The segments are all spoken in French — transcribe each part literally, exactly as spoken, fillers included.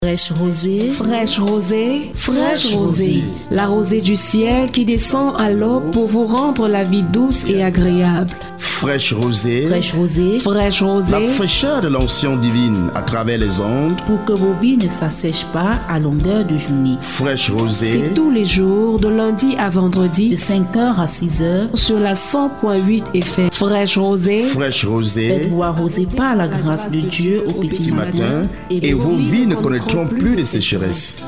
Fraîche rosée, fraîche rosée, fraîche rosée, la rosée du ciel qui descend à l'aube pour vous rendre la vie douce et agréable. Fraîche rosée, fraîche rosée, fraîche rosée, la fraîcheur de l'onction divine à travers les ondes, pour que vos vies ne s'assèchent pas à longueur de journée. Fraîche rosée, c'est tous les jours de lundi à vendredi de cinq heures à six heures sur la cent point huit F M. Fraîche rosée, fraîche rosée, faites-vous arroser par la grâce de Dieu au petit matin, et, et vos vies ne connaîtront plus de sécheresse.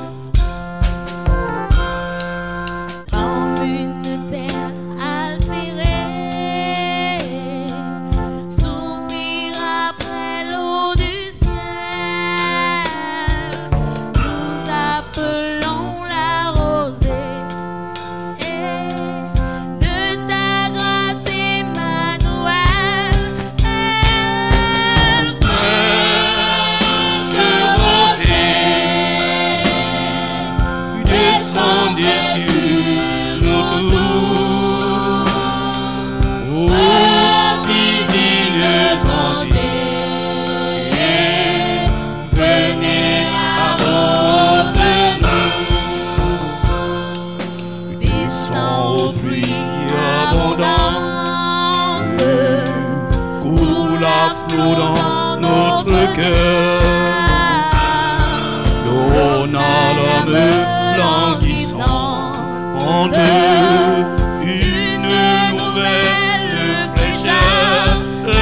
Dans notre cœur, l'on a l'homme languissant en deux, une nouvelle fraîcheur.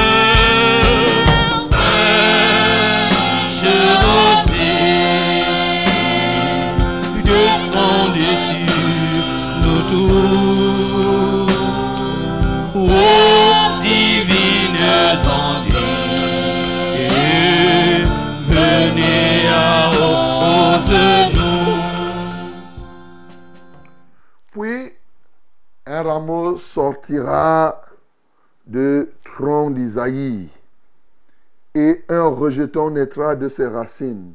Fraîche rosée, descendez sur nous tous, ô divines ondes. Puis un rameau sortira de tronc d'Isaïe, et un rejeton naîtra de ses racines.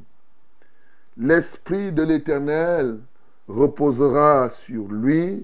L'esprit de l'Éternel reposera sur lui,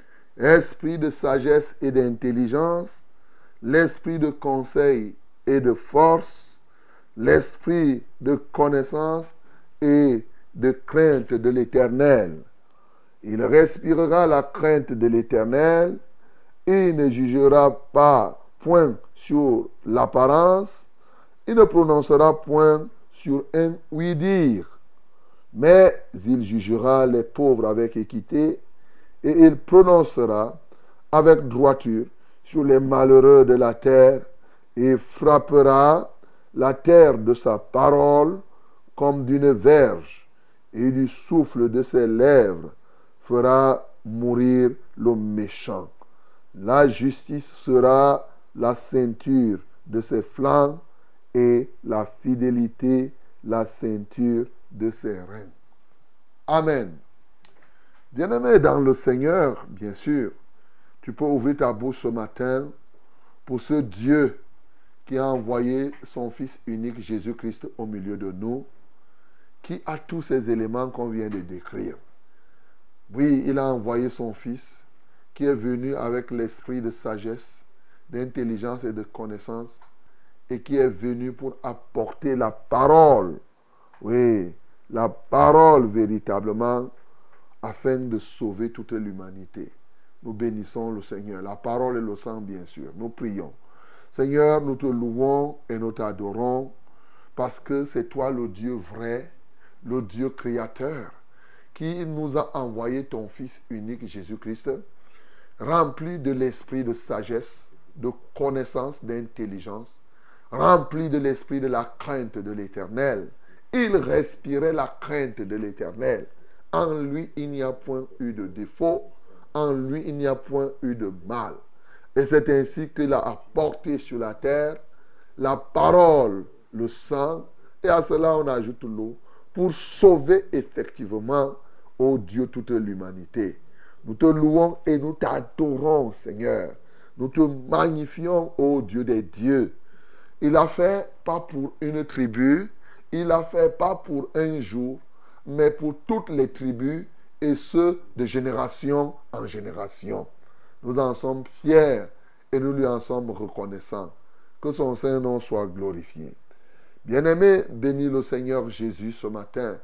esprit de sagesse et d'intelligence, l'esprit de conseil et de force, l'esprit de connaissance et de crainte de l'Éternel. Il respirera la crainte de l'Éternel et ne jugera pas point sur l'apparence, il ne prononcera point sur un oui-dire, mais il jugera les pauvres avec équité et il prononcera avec droiture sur les malheureux de la terre et frappera la terre de sa parole comme d'une verge, et du souffle de ses lèvres fera mourir le méchant. La justice sera la ceinture de ses flancs et la fidélité la ceinture de ses reins. Amen. Bien-aimé dans le Seigneur, bien sûr, tu peux ouvrir ta bouche ce matin pour ce Dieu qui a envoyé son Fils unique Jésus-Christ au milieu de nous, qui a tous ces éléments qu'on vient de décrire. Oui, il a envoyé son Fils qui est venu avec l'esprit de sagesse, d'intelligence et de connaissance, et qui est venu pour apporter la parole. Oui, la parole véritablement, afin de sauver toute l'humanité. Nous bénissons le Seigneur. La parole et le sang, bien sûr. Nous prions. Seigneur, nous te louons et nous t'adorons parce que c'est toi le Dieu vrai, le Dieu créateur, qui nous a envoyé ton Fils unique Jésus-Christ, rempli de l'esprit de sagesse, de connaissance, d'intelligence, rempli de l'esprit de la crainte de l'Éternel. Il respirait la crainte de l'Éternel. En lui, il n'y a point eu de défaut. En lui, il n'y a point eu de mal. Et c'est ainsi qu'il a apporté sur la terre la parole, le sang, et à cela on ajoute l'eau, pour sauver effectivement, ô Dieu, toute l'humanité. Nous te louons et nous t'adorons, Seigneur. Nous te magnifions, ô Dieu des dieux. Il a fait pas pour une tribu, il a fait pas pour un jour, mais pour toutes les tribus et ceux de génération en génération. Nous en sommes fiers et nous lui en sommes reconnaissants. Que son Saint-Nom soit glorifié. Bien-aimé, bénis le Seigneur Jésus ce matin.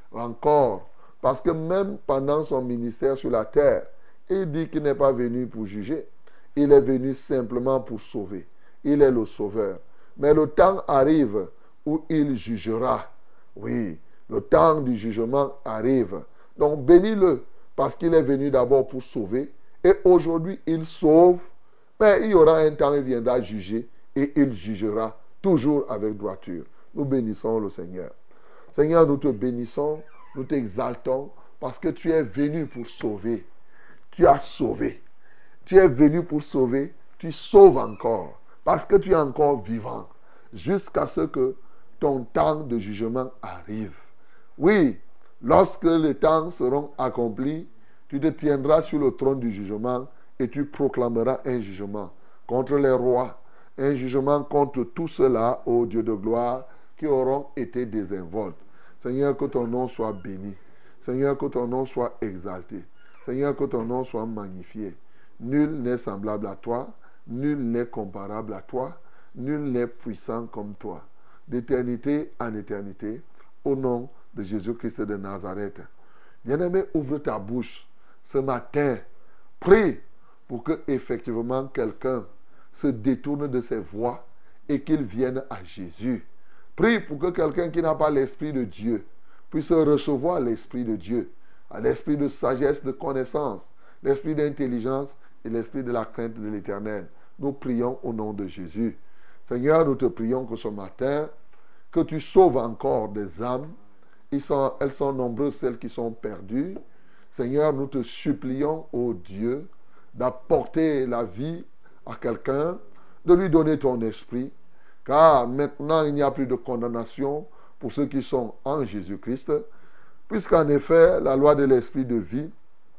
encore. Parce que même pendant son ministère sur la terre, il dit qu'il n'est pas venu pour juger. Il est venu simplement pour sauver. Il est le sauveur. Mais le temps arrive où il jugera. Oui, le temps du jugement arrive. Donc bénis-le parce qu'il est venu d'abord pour sauver. Et aujourd'hui, il sauve. Mais il y aura un temps, il viendra juger. Et il jugera toujours avec droiture. Nous bénissons le Seigneur. Seigneur, nous te bénissons, nous t'exaltons parce que tu es venu pour sauver. Tu as sauvé. Tu es venu pour sauver. Tu sauves encore. Parce que tu es encore vivant. Jusqu'à ce que ton temps de jugement arrive. Oui, lorsque les temps seront accomplis, tu te tiendras sur le trône du jugement et tu proclameras un jugement contre les rois, un jugement contre tous ceux-là, ô Dieu de gloire, qui auront été désinvoltes. Seigneur, que ton nom soit béni. Seigneur, que ton nom soit exalté. Seigneur, que ton nom soit magnifié. Nul n'est semblable à toi, nul n'est comparable à toi, nul n'est puissant comme toi. D'éternité en éternité, au nom de Jésus-Christ de Nazareth. Bien-aimé, ouvre ta bouche ce matin. Prie pour que effectivement quelqu'un se détourne de ses voies et qu'il vienne à Jésus. Prie pour que quelqu'un qui n'a pas l'Esprit de Dieu puisse recevoir l'Esprit de Dieu, l'Esprit de sagesse, de connaissance, l'Esprit d'intelligence et l'Esprit de la crainte de l'Éternel. Nous prions au nom de Jésus. Seigneur, nous te prions que ce matin, que tu sauves encore des âmes. Ils sont, elles sont nombreuses, celles qui sont perdues. Seigneur, nous te supplions, ô Dieu, d'apporter la vie à quelqu'un, de lui donner ton esprit, car maintenant il n'y a plus de condamnation pour ceux qui sont en Jésus-Christ, puisqu'en effet, la loi de l'esprit de vie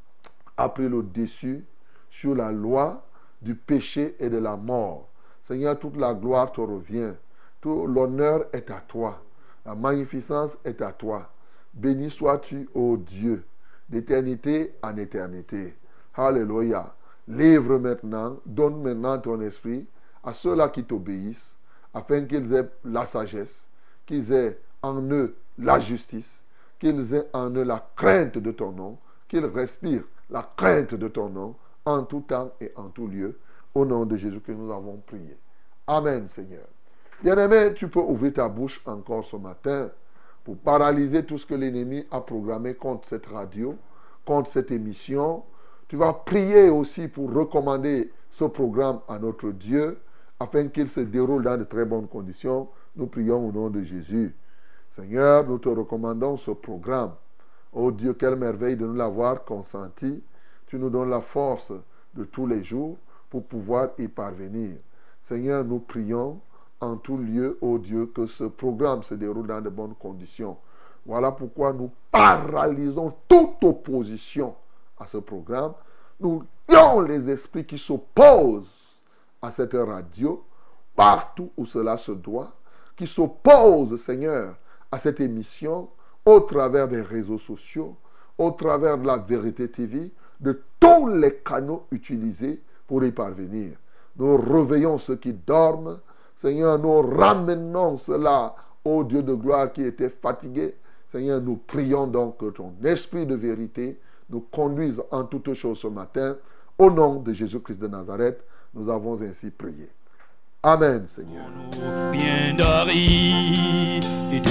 a pris le dessus sur la loi du péché et de la mort. Seigneur, toute la gloire te revient, tout l'honneur est à toi, la magnificence est à toi. Béni sois-tu, ô Dieu, d'éternité en éternité. Alléluia. Livre maintenant, donne maintenant ton esprit à ceux-là qui t'obéissent, afin qu'ils aient la sagesse, qu'ils aient en eux la justice, qu'ils aient en eux la crainte de ton nom, qu'ils respirent la crainte de ton nom, en tout temps et en tout lieu, au nom de Jésus que nous avons prié. Amen, Seigneur. Bien-aimé, tu peux ouvrir ta bouche encore ce matin pour paralyser tout ce que l'ennemi a programmé contre cette radio, contre cette émission. Tu vas prier aussi pour recommander ce programme à notre Dieu afin qu'il se déroule dans de très bonnes conditions. Nous prions au nom de Jésus. Seigneur, nous te recommandons ce programme. Oh Dieu, quelle merveille de nous l'avoir consenti. Tu nous donnes la force de tous les jours pour pouvoir y parvenir. Seigneur, nous prions en tout lieu, ô Dieu, que ce programme se déroule dans de bonnes conditions. Voilà pourquoi nous paralysons toute opposition à ce programme. Nous lions les esprits qui s'opposent à cette radio, partout où cela se doit, qui s'opposent, Seigneur, à cette émission, au travers des réseaux sociaux, au travers de la Vérité T V, de tous les canaux utilisés pour y parvenir. Nous réveillons ceux qui dorment. Seigneur, nous ramenons cela au Dieu de gloire qui était fatigué. Seigneur, nous prions donc que ton esprit de vérité nous conduise en toutes choses ce matin. Au nom de Jésus-Christ de Nazareth, nous avons ainsi prié. Amen, Seigneur. Bien d'Aride,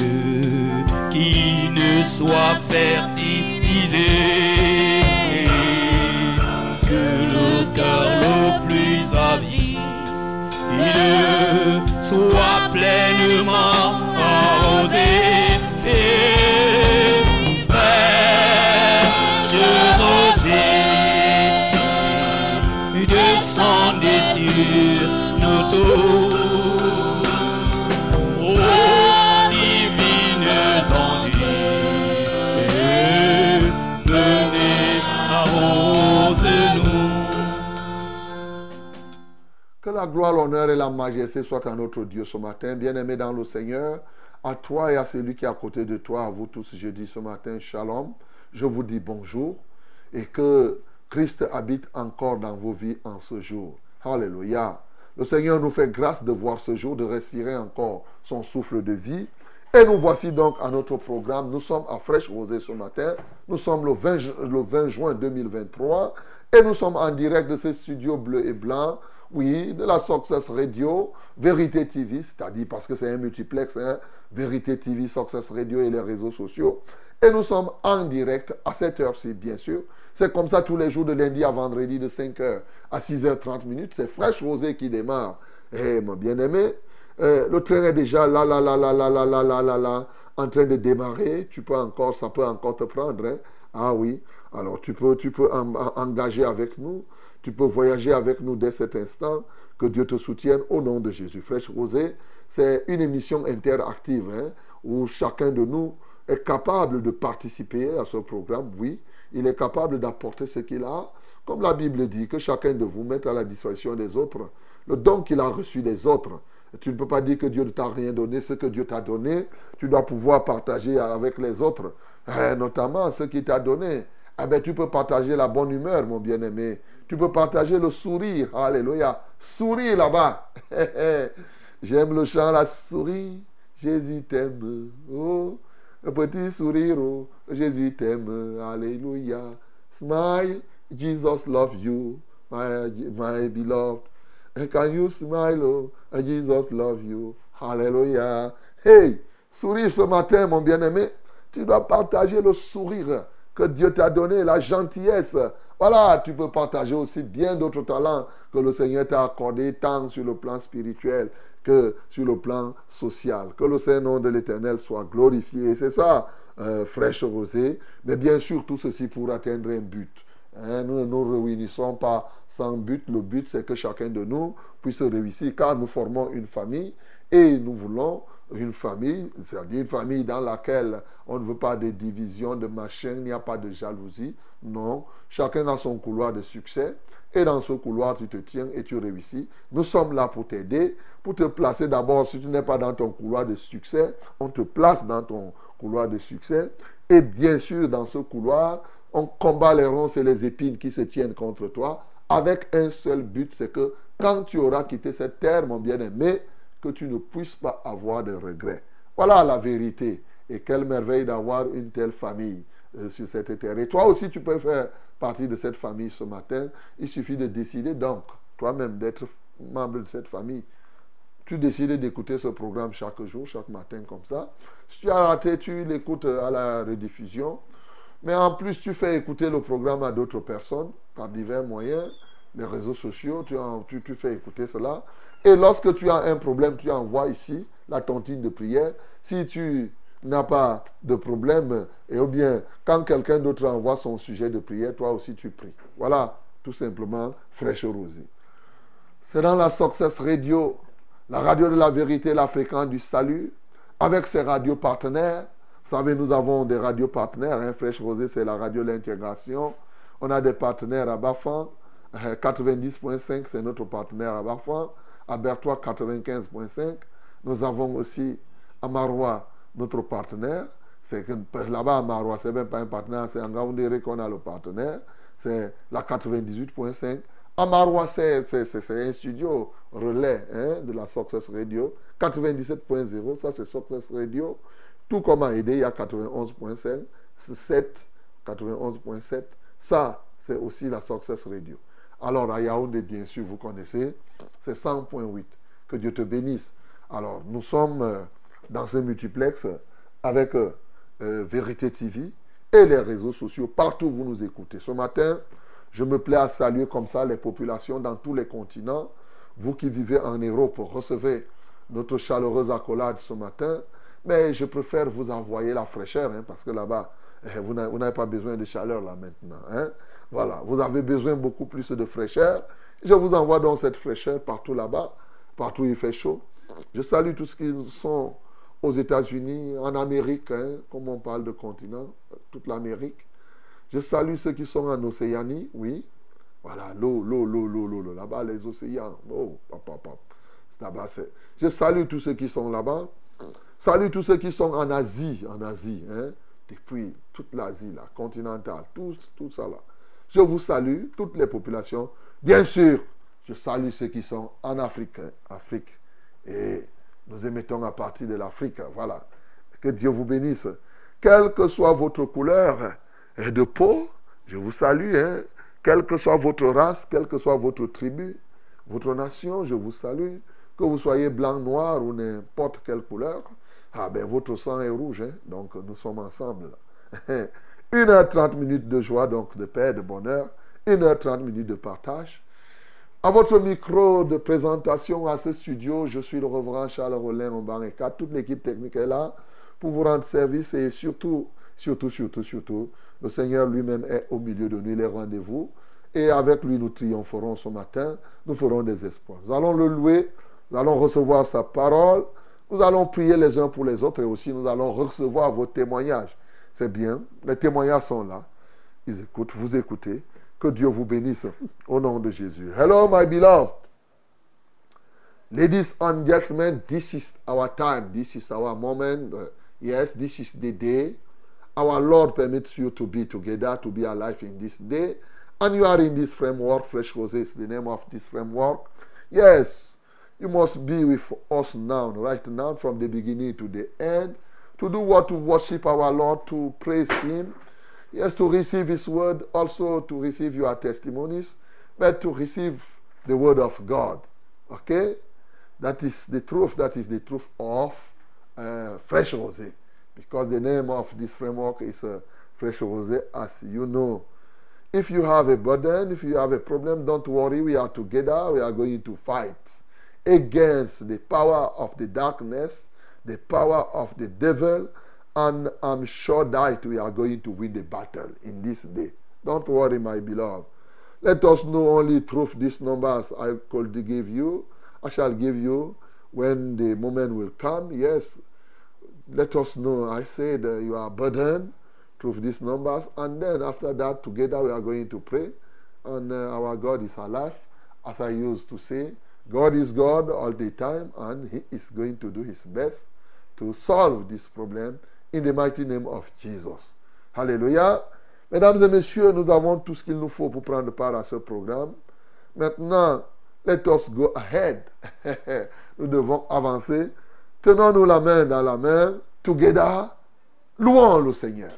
qui ne soit fertilisé, que le cœur le plus avide soit pleinement arrosé. Et fraîche rosée, descendez sur nos tours. Ô divines ondes, venez arrose-nous. Que la gloire, l'honneur et la majesté soient à notre Dieu ce matin. Bien-aimé dans le Seigneur, à toi et à celui qui est à côté de toi, à vous tous, je dis ce matin, shalom. Je vous dis bonjour et que Christ habite encore dans vos vies en ce jour. Alléluia. Le Seigneur nous fait grâce de voir ce jour, de respirer encore son souffle de vie Et nous voici donc à notre programme. Nous sommes à Fraîche Rosée ce matin. Nous sommes le vingt, le vingt juin deux mille vingt-trois. Et nous sommes en direct de ces studios bleus et blancs. Oui, de la Success Radio, Vérité T V, c'est-à-dire parce que c'est un multiplex, hein, Vérité T V, Success Radio et les réseaux sociaux. Et nous sommes en direct à cette heure-ci, bien sûr. C'est comme ça tous les jours de lundi à vendredi de cinq heures à six heures trente minutes. C'est Fraîche Rosée qui démarre. Eh, mon bien-aimé, euh, le train est déjà là, là, là, là, là, là, là, là, là, là, en train de démarrer. Tu peux encore, ça peut encore te prendre. Hein? Ah oui, alors tu peux, tu peux en, en, engager avec nous. Tu peux voyager avec nous dès cet instant. Que Dieu te soutienne au nom de Jésus. Fraîche Rosée, c'est une émission interactive hein, où chacun de nous est capable de participer à ce programme. Oui, il est capable d'apporter ce qu'il a. Comme la Bible dit, que chacun de vous mette à la disposition des autres le don qu'il a reçu des autres. Tu ne peux pas dire que Dieu ne t'a rien donné. Ce que Dieu t'a donné, tu dois pouvoir partager avec les autres. Eh, notamment ce qu'il t'a donné. Eh bien, tu peux partager la bonne humeur, mon bien-aimé. Tu peux partager le sourire. Alléluia. Souris là-bas. J'aime le chant, la souris. Jésus t'aime. Oh, un petit sourire. Oh, Jésus t'aime. Alléluia. Smile. Jesus love you. My, my beloved. Can you smile? Oh, Jesus love you. Alléluia. Hey, souris ce matin, mon bien-aimé. Tu dois partager le sourire que Dieu t'a donné, la gentillesse. Voilà, tu peux partager aussi bien d'autres talents que le Seigneur t'a accordé, tant sur le plan spirituel que sur le plan social. Que le Saint-Nom de l'Éternel soit glorifié. C'est ça, euh, Fraîche Rosée. Mais bien sûr, tout ceci pour atteindre un but. Hein, nous ne nous réunissons pas sans but. Le but, c'est que chacun de nous puisse réussir, car nous formons une famille et nous voulons une famille, c'est-à-dire une famille dans laquelle on ne veut pas de division, de machin, il n'y a pas de jalousie. Non, chacun a son couloir de succès et dans ce couloir, tu te tiens et tu réussis. Nous sommes là pour t'aider, pour te placer d'abord. Si tu n'es pas dans ton couloir de succès, on te place dans ton couloir de succès. Et bien sûr, dans ce couloir, on combat les ronces et les épines qui se tiennent contre toi avec un seul but, c'est que quand tu auras quitté cette terre, mon bien-aimé, que tu ne puisses pas avoir de regrets. Voilà la vérité. Et quelle merveille d'avoir une telle famille euh, sur cette terre. Et toi aussi, tu peux faire partie de cette famille ce matin. Il suffit de décider donc, toi-même, d'être membre de cette famille. Tu décides d'écouter ce programme chaque jour, chaque matin comme ça. Si tu as raté, tu l'écoutes à la rediffusion. Mais en plus, tu fais écouter le programme à d'autres personnes par divers moyens, les réseaux sociaux, tu, en, tu, tu fais écouter cela. Et lorsque tu as un problème, tu envoies ici la tontine de prière. Si tu n'as pas de problème, et ou bien quand quelqu'un d'autre envoie son sujet de prière, toi aussi tu pries. Voilà, tout simplement, Fraîche Rosée. C'est dans la Success Radio, la radio de la vérité, la fréquence du salut, avec ses radios partenaires. Vous savez, nous avons des radios partenaires. Hein. Fraîche Rosée, c'est la radio de l'intégration. On a des partenaires à Bafan. quatre-vingt-dix virgule cinq, c'est notre partenaire à Bafan. À Bertois, quatre-vingt-quinze virgule cinq. Nous avons aussi à Marois notre partenaire. C'est que là-bas à Marois, ce n'est même pas un partenaire, c'est en Gaoundéré qu'on a le partenaire. C'est la quatre-vingt-dix-huit virgule cinq. À Marois, c'est, c'est, c'est, c'est un studio relais hein, de la Success Radio. quatre-vingt-dix-sept virgule zéro, ça c'est Success Radio. Tout comme à aider, il y a quatre-vingt-onze virgule cinq, sept, quatre-vingt-onze virgule sept. Ça, c'est aussi la Success Radio. Alors, à Yaoundé, bien sûr, vous connaissez, c'est cent virgule huit. Que Dieu te bénisse. Alors, nous sommes euh, dans ce multiplex avec euh, euh, Vérité T V et les réseaux sociaux, partout où vous nous écoutez. Ce matin, je me plais à saluer comme ça les populations dans tous les continents. Vous qui vivez en Europe, recevez notre chaleureuse accolade ce matin. Mais je préfère vous envoyer la fraîcheur, hein, parce que là-bas, eh, vous n'avez pas besoin de chaleur là maintenant. Hein. Voilà, vous avez besoin beaucoup plus de fraîcheur. Je vous envoie donc cette fraîcheur partout là-bas, partout où il fait chaud. Je salue tous ceux qui sont aux États-Unis, en Amérique, hein, comme on parle de continent, toute l'Amérique. Je salue ceux qui sont en Océanie, oui. Voilà, l'eau, l'eau, l'eau, l'eau, l'eau, l'eau. Là-bas, les océans. Oh, pop, pop, pop. Là-bas, c'est... Je salue tous ceux qui sont là-bas. Salut tous ceux qui sont en Asie, en Asie, hein, depuis toute l'Asie, là, continentale, tout, tout ça là. Je vous salue, toutes les populations. Bien sûr, je salue ceux qui sont en Afrique, hein, Afrique. Et nous émettons à partir de l'Afrique, voilà. Que Dieu vous bénisse. Quelle que soit votre couleur de peau, je vous salue. Hein? Quelle que soit votre race, quelle que soit votre tribu, votre nation, je vous salue. Que vous soyez blanc, noir ou n'importe quelle couleur, ah ben votre sang est rouge. Hein? Donc nous sommes ensemble. une heure trente minutes de joie, donc de paix, de bonheur. une heure trente minutes de partage. À votre micro de présentation à ce studio, je suis le reverend Charles Rollin Mbaneka. Toute l'équipe technique est là pour vous rendre service et surtout, surtout, surtout, surtout, le Seigneur lui-même est au milieu de nous, il est rendez-vous. Et avec lui, nous triompherons ce matin, nous ferons des espoirs. Nous allons le louer, nous allons recevoir sa parole, nous allons prier les uns pour les autres et aussi nous allons recevoir vos témoignages. C'est bien, les témoignages sont là. Ils écoutent, vous écoutez. Que Dieu vous bénisse au nom de Jésus. Hello, my beloved. Ladies and gentlemen, this is our time. This is our moment. Uh, yes, this is the day. Our Lord permits you to be together, to be alive in this day. And you are in this framework. Fresh Rose is the name of this framework. Yes, you must be with us now, right now, from the beginning to the end. To do what? To worship our Lord, to praise Him. Yes, to receive His word, also to receive your testimonies, but to receive the word of God. Okay? That is the truth. That is the truth of uh, Fresh Rose. Because the name of this framework is uh, Fresh Rose, as you know. If you have a burden, if you have a problem, don't worry. We are together. We are going to fight against the power of the darkness, the power of the devil, and I'm sure that we are going to win the battle in this day. Don't worry, my beloved. Let us know only truth. These numbers I could give you, I shall give you when the moment will come. Yes, let us know. I said uh, you are burdened. Truth these numbers. And then after that, together we are going to pray. And uh, our God is alive. As I used to say, God is God all the time. And He is going to do His best to solve this problem. In the mighty name of Jesus. Alléluia. Mesdames et messieurs, nous avons tout ce qu'il nous faut pour prendre part à ce programme. Maintenant, let us go ahead. Nous devons avancer. Tenons-nous la main dans la main. Together. Louons le Seigneur.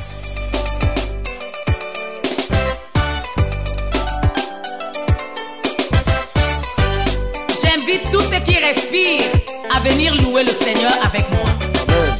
J'invite tous ceux qui respirent à venir louer le Seigneur avec moi. Amen.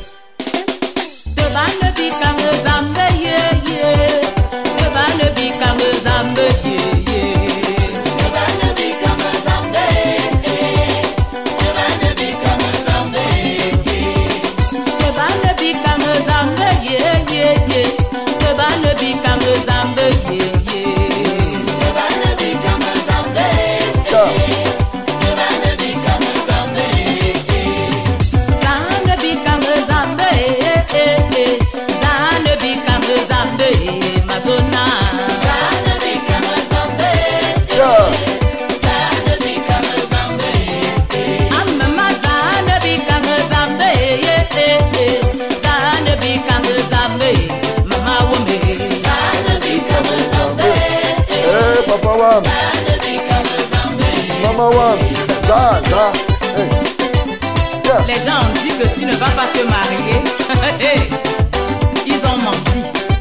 Les gens ont dit que tu ne vas pas te marier. Ils ont menti.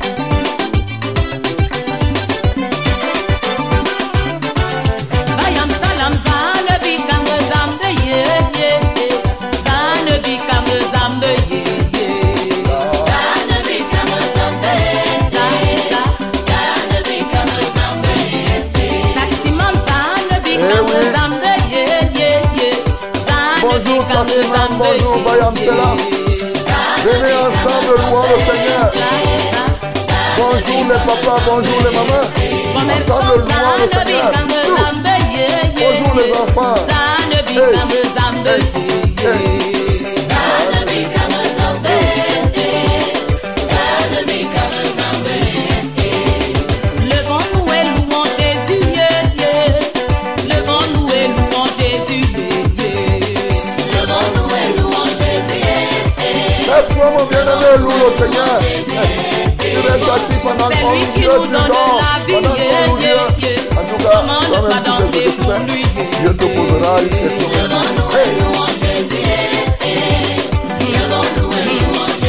Bayam salam zane bikang zambe ye ye. Zane bikang zambe ye ye. Zane bikang zambe ye. Zane bikang zambe ye. Maximum zane bikang zambe ye ye ye. Bonjour, Fatima, bonjour, Bayam Sela. Venez ensemble louer le Seigneur. Bonjour les papas, bonjour les mamans. Ensemble louer le Seigneur. Bonjour les enfants. Hey, hey, hey. Levons-nous et louons Jésus, yeah, yeah. Levons-nous et louons Jésus, yeah, yeah. Levons-nous et louons Jésus, yeah, yeah. Laisse-moi mon bien-aimé loue le Seigneur. Tu restes assis pendant C'est qu'on lui qui Dieu, nous tu donne dors. la vie, Pendant qu'on yeah, loue Dieu. yeah, yeah. En tout cas, Comment ne toi-même pas tu sais danser ce que tu pour fais. lui, yeah. Dieu te posera une question. Levons-nous et louons Jésus, yeah, yeah. Levons-nous et louons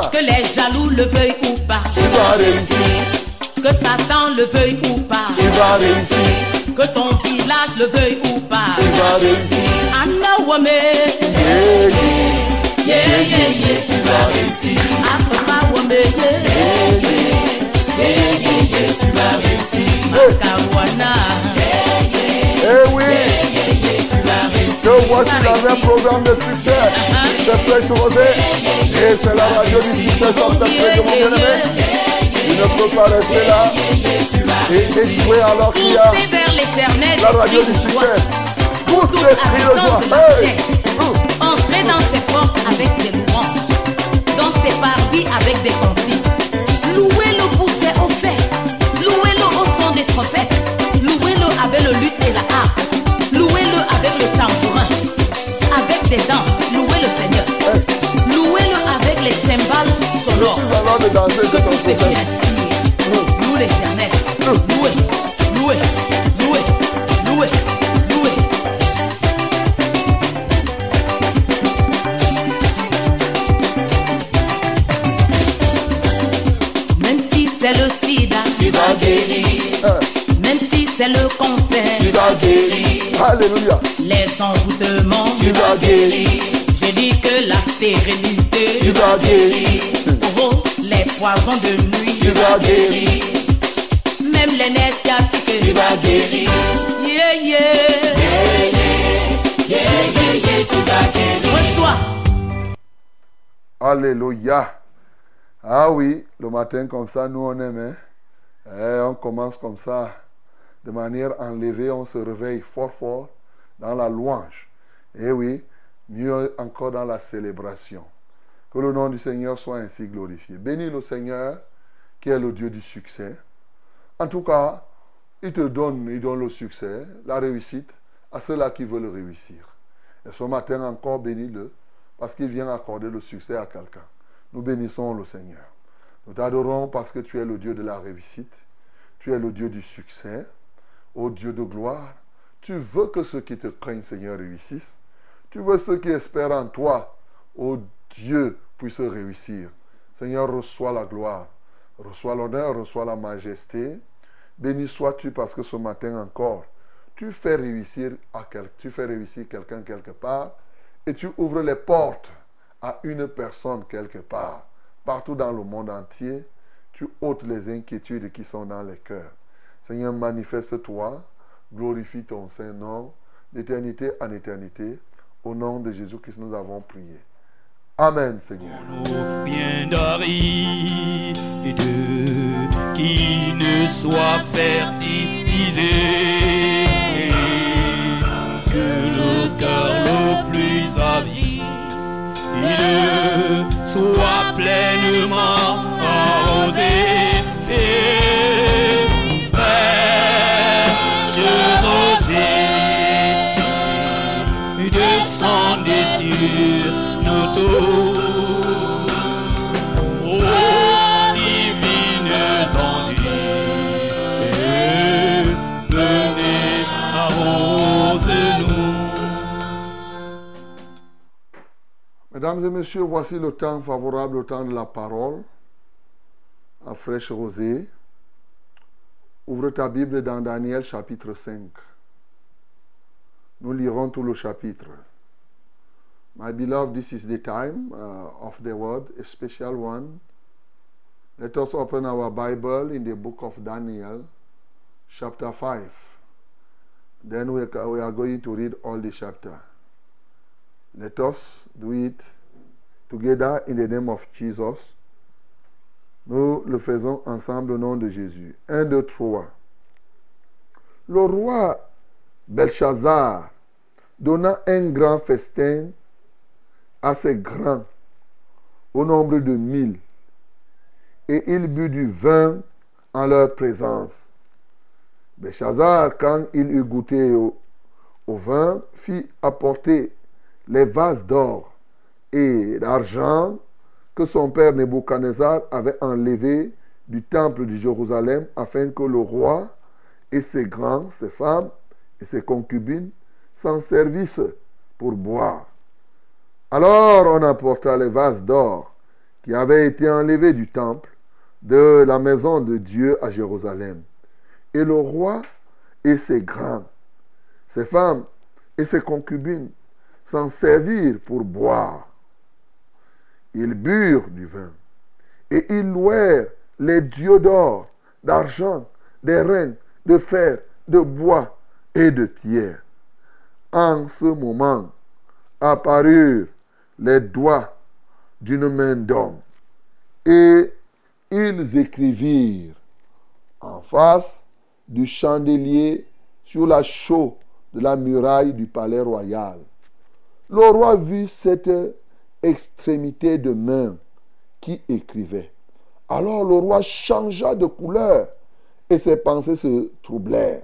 Alléluia. Que les jaloux le veuillent ou pas. Tu vas réussir. Que Satan le veuille ou pas. Tu vas réussir. Que ton village le veuille ou pas. Tu vas réussir. Anawame. Yeah, yeah, Yeah, yeah, yeah, tu vas réussir. Apapawame. Yeah, yeah, yeah, yeah, yeah, tu vas réussir. Makawana. Yeah, yeah, Eh oui. yeah, yeah, yeah, tu vas réussir. Que voici dans un programme de succès. C'est Flèche Rosée. Et c'est la radio du succès sur cette flèche, mon bien-aimé. Tu ne peux pas rester là et échouer alors qu'il y a Poussez vers l'éternel. la radio du succès. Pousse les cris de joie. Hey. Entrez dans ses portes avec des louanges, dans ses parvis avec des cantiques. Louez-le pour ses hauts faits, louez-le au son des trompettes, louez-le avec le luth et la harpe, louez-le avec le tambourin, avec des danses, louez le Seigneur. Hey. Louez-le avec les cymbales sonores. Tu vas alors de danser, Que c'est ton tout ce qui problème. inspire, loue l'éternel, louez, louez, louez, louez, louez. Même si c'est le sida, tu vas guérir. Hey. Même si c'est le cancer, Tu vas guérir. Alléluia. les envoûtements, Tu vas guérir. j'ai dit que la stérilité, Tu vas guérir. oh, les poisons de nuit, Tu vas guérir. même les nerfs sciatiques, Tu vas guérir. yeah, yeah, yeah, yeah, yeah, yeah, tu vas guérir. Reçois. Alléluia. Ah oui, le matin comme ça, nous on aime. Hein? Eh, on commence comme ça, de manière enlevée, on se réveille fort fort dans la louange. Et oui, mieux encore dans la célébration. Que le nom du Seigneur soit ainsi glorifié. Bénis le Seigneur, qui est le Dieu du succès. En tout cas, il te donne, il donne le succès, la réussite à ceux-là qui veulent réussir. Et ce matin encore, bénis-le, parce qu'il vient accorder le succès à quelqu'un. Nous bénissons le Seigneur. Nous t'adorons parce que tu es le Dieu de la réussite. Tu es le Dieu du succès. Ô Dieu de gloire, tu veux que ceux qui te craignent, Seigneur, réussissent. Tu veux ceux qui espèrent en toi, ô Dieu, puissent réussir. Seigneur, reçois la gloire, reçois l'honneur, reçois la majesté. Béni sois-tu parce que ce matin encore, tu fais réussir, à quel, tu fais réussir quelqu'un quelque part et tu ouvres les portes à une personne quelque part. Partout dans le monde entier, tu ôtes les inquiétudes qui sont dans les cœurs. Seigneur, manifeste-toi, glorifie ton Saint-Nom, d'éternité en éternité. Au nom de Jésus-Christ, nous avons prié. Amen, Seigneur. Nous rien d'aride qui ne soit fertilisé, que le cœur le plus avide soit pleinement arrosé. Descendez sur nos tours, ô divines enduits, venez arrose-nous. Mesdames et messieurs, voici le temps favorable, au temps de la parole, à Fraîche Rosée. Ouvre ta Bible dans Daniel chapitre cinq. Nous lirons tout le chapitre. My beloved, this is the time uh, of the word, a special one. Let us open our Bible in the book of Daniel, chapter five. Then we we are going to read all the chapter. Let us do it together in the name of Jesus. Nous le faisons ensemble au nom de Jésus. Un, deux, trois. Le roi Belshazzar donna un grand festin à ses grands, au nombre de mille, et il but du vin en leur présence. Belshazzar, quand il eut goûté au, au vin, fit apporter les vases d'or et d'argent que son père Nebuchadnezzar avait enlevés du temple de Jérusalem, afin que le roi et ses grands, ses femmes et ses concubines s'en servissent pour boire. Alors on apporta les vases d'or qui avait été enlevé du temple de la maison de Dieu à Jérusalem. Et le roi et ses grands, ses femmes et ses concubines s'en servirent pour boire. Ils burent du vin et ils louèrent les dieux d'or, d'argent, d'airain, de fer, de bois et de pierre. En ce moment apparurent les doigts d'une main d'homme et ils écrivirent en face du chandelier sur la chaux de la muraille du palais royal. Le roi vit cette extrémité de main qui écrivait. Alors le roi changea de couleur et ses pensées se troublèrent.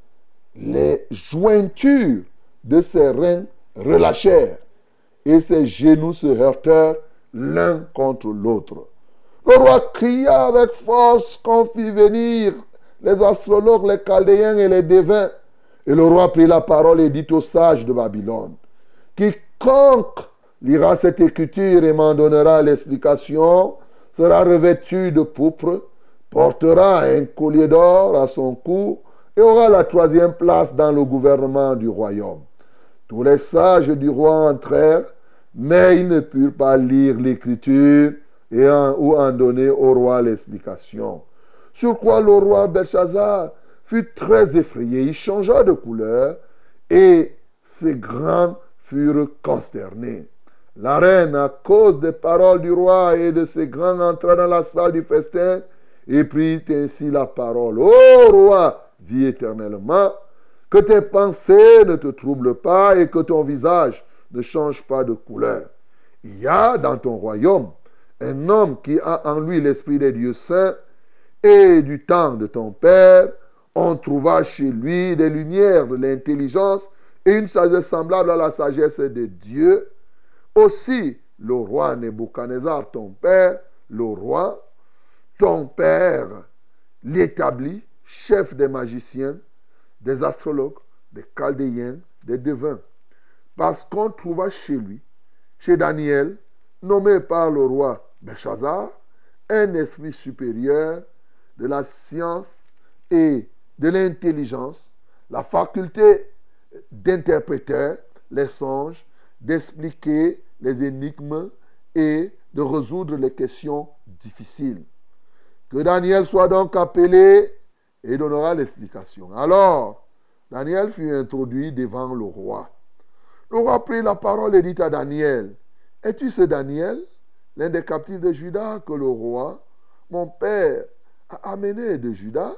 Les jointures de ses reins relâchèrent et ses genoux se heurtèrent l'un contre l'autre. Le roi cria avec force qu'on fit venir les astrologues, les chaldéens et les devins. Et le roi prit la parole et dit aux sages de Babylone: quiconque lira cette écriture et m'en donnera l'explication sera revêtu de pourpre, portera un collier d'or à son cou et aura la troisième place dans le gouvernement du royaume. Tous les sages du roi entrèrent, mais ils ne purent pas lire l'écriture et en, ou en donner au roi l'explication. Sur quoi le roi Belshazzar fut très effrayé, il changea de couleur et ses grands furent consternés. La reine, à cause des paroles du roi et de ses grands, entra dans la salle du festin et prit ainsi la parole. Ô roi, vis éternellement, que tes pensées ne te troublent pas et que ton visage ne change pas de couleur. Il y a dans ton royaume un homme qui a en lui l'esprit des dieux saints, et du temps de ton père, on trouva chez lui des lumières de l'intelligence et une sagesse semblable à la sagesse de Dieu. Aussi, le roi Nebuchadnezzar, ton père, le roi, ton père, l'établit, chef des magiciens, des astrologues, des chaldéens, des devins. Parce qu'on trouva chez lui, chez Daniel, nommé par le roi Belshazzar, un esprit supérieur de la science et de l'intelligence, la faculté d'interpréter les songes, d'expliquer les énigmes et de résoudre les questions difficiles. Que Daniel soit donc appelé et donnera l'explication. Alors, Daniel fut introduit devant le roi. Le roi prit la parole et dit à Daniel: es-tu ce Daniel, l'un des captifs de Juda que le roi, mon père, a amené de Juda?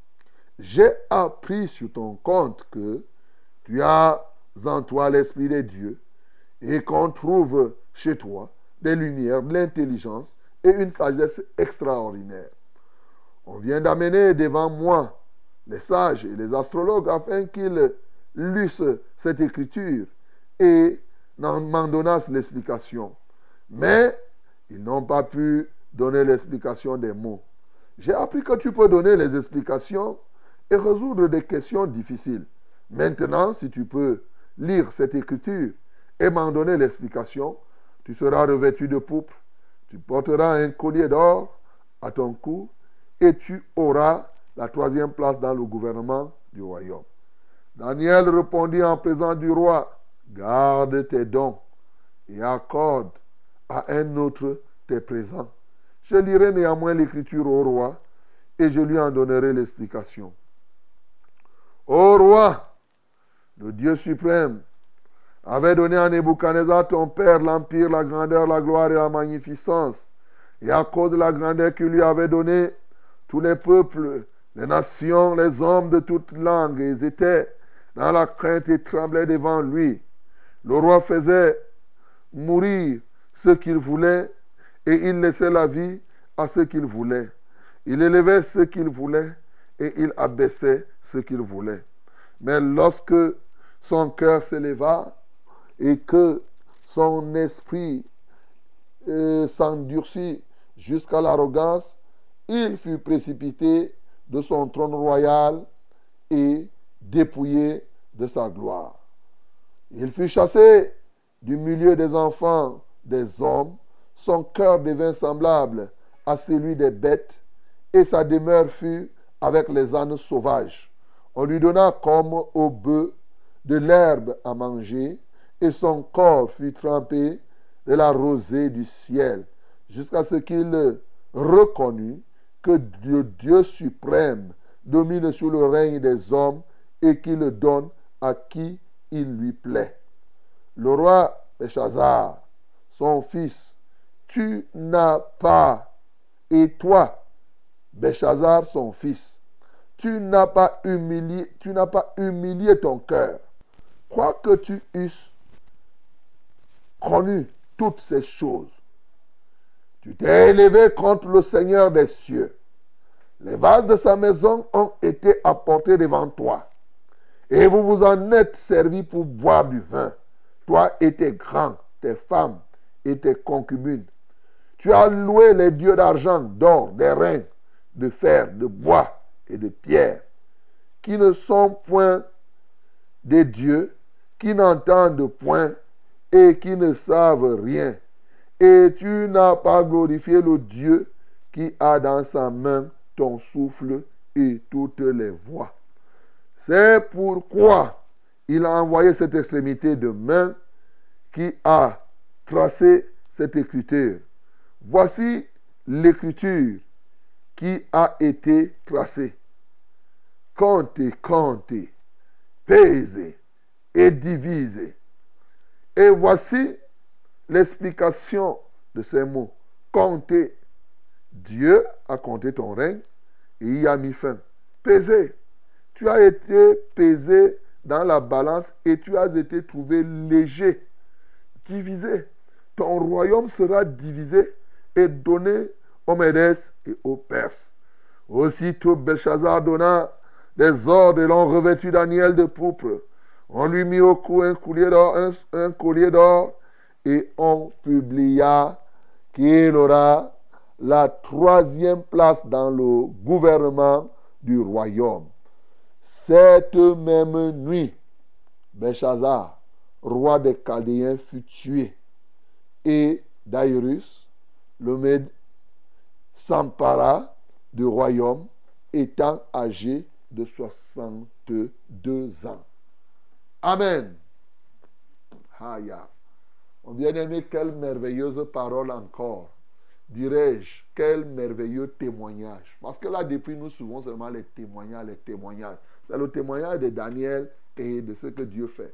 J'ai appris sur ton compte que tu as en toi l'esprit de Dieu et qu'on trouve chez toi des lumières, de l'intelligence et une sagesse extraordinaire. On vient d'amener devant moi les sages et les astrologues afin qu'ils lussent cette écriture et m'en donnassent l'explication. Mais ils n'ont pas pu donner l'explication des mots. J'ai appris que tu peux donner les explications et résoudre des questions difficiles. Maintenant, si tu peux lire cette écriture et m'en donner l'explication, tu seras revêtu de pourpre, tu porteras un collier d'or à ton cou et tu auras la troisième place dans le gouvernement du royaume. Daniel répondit en présence du roi: garde tes dons et accorde à un autre tes présents. Je lirai néanmoins l'écriture au roi et je lui en donnerai l'explication. Ô roi, le Dieu suprême avait donné à Nebuchadnezzar ton père l'empire, la grandeur, la gloire et la magnificence. Et à cause de la grandeur qu'il lui avait donnée, tous les peuples, les nations, les hommes de toutes langues, ils étaient dans la crainte et tremblaient devant lui. Le roi faisait mourir ceux qu'il voulait et il laissait la vie à ceux qu'il voulait. Il élevait ceux qu'il voulait et il abaissait ceux qu'il voulait. Mais lorsque son cœur s'éleva et que son esprit euh, s'endurcit jusqu'à l'arrogance, il fut précipité de son trône royal et dépouillé de sa gloire. Il fut chassé du milieu des enfants des hommes son cœur devint semblable à celui des bêtes, et sa demeure fut avec les ânes sauvages. On lui donna comme au bœuf de l'herbe à manger, et son corps fut trempé de la rosée du ciel, jusqu'à ce qu'il reconnut que Dieu, Dieu suprême domine sur le règne des hommes et qu'il le donne à qui il lui plaît. Le roi Belshazzar, son fils, tu n'as pas, et toi, Belshazzar, son fils, tu n'as pas humilié, tu n'as pas humilié ton cœur, quoique tu eusses connu toutes ces choses. Tu t'es élevé contre le Seigneur des cieux. Les vases de sa maison ont été apportés devant toi, et vous vous en êtes servis pour boire du vin, toi et tes grands, tes femmes et tes concubines. Tu as loué les dieux d'argent, d'or, d'airain, de fer, de bois et de pierre, qui ne sont point des dieux, qui n'entendent point et qui ne savent rien. Et tu n'as pas glorifié le Dieu qui a dans sa main ton souffle et toutes les voix. C'est pourquoi il a envoyé cette extrémité de main qui a tracé cette écriture. Voici l'écriture qui a été tracée. Comptez, comptez, pesez et divisez. Et voici l'explication de ces mots. Comptez. Dieu a compté ton règne et y a mis fin. Pesez. Tu as été pesé dans la balance et tu as été trouvé léger. Divisé. Ton royaume sera divisé et donné aux Médès et aux Perses. Aussitôt Belshazzar donna des ordres et l'on revêtu Daniel de pourpre. On lui mit au cou un collier d'or, un, un collier d'or et on publia qu'il aura la troisième place dans le gouvernement du royaume. Cette même nuit, Belshazzar, roi des Chaldéens, fut tué et Daïrus, le Mède, s'empara du royaume, étant âgé de soixante-deux ans. Amen. Haya. Mon bien-aimé, quelle merveilleuse parole encore. Dirais-je, quel merveilleux témoignage. Parce que là, depuis, nous suivons seulement les témoignages, les témoignages. C'est le témoignage de Daniel et de ce que Dieu fait.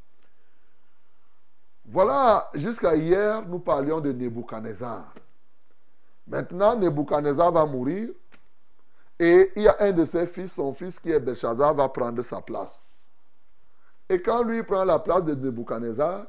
Voilà, jusqu'à hier, nous parlions de Nebuchadnezzar. Maintenant, Nebuchadnezzar va mourir et il y a un de ses fils, son fils qui est Belshazzar, va prendre sa place. Et quand lui prend la place de Nebuchadnezzar,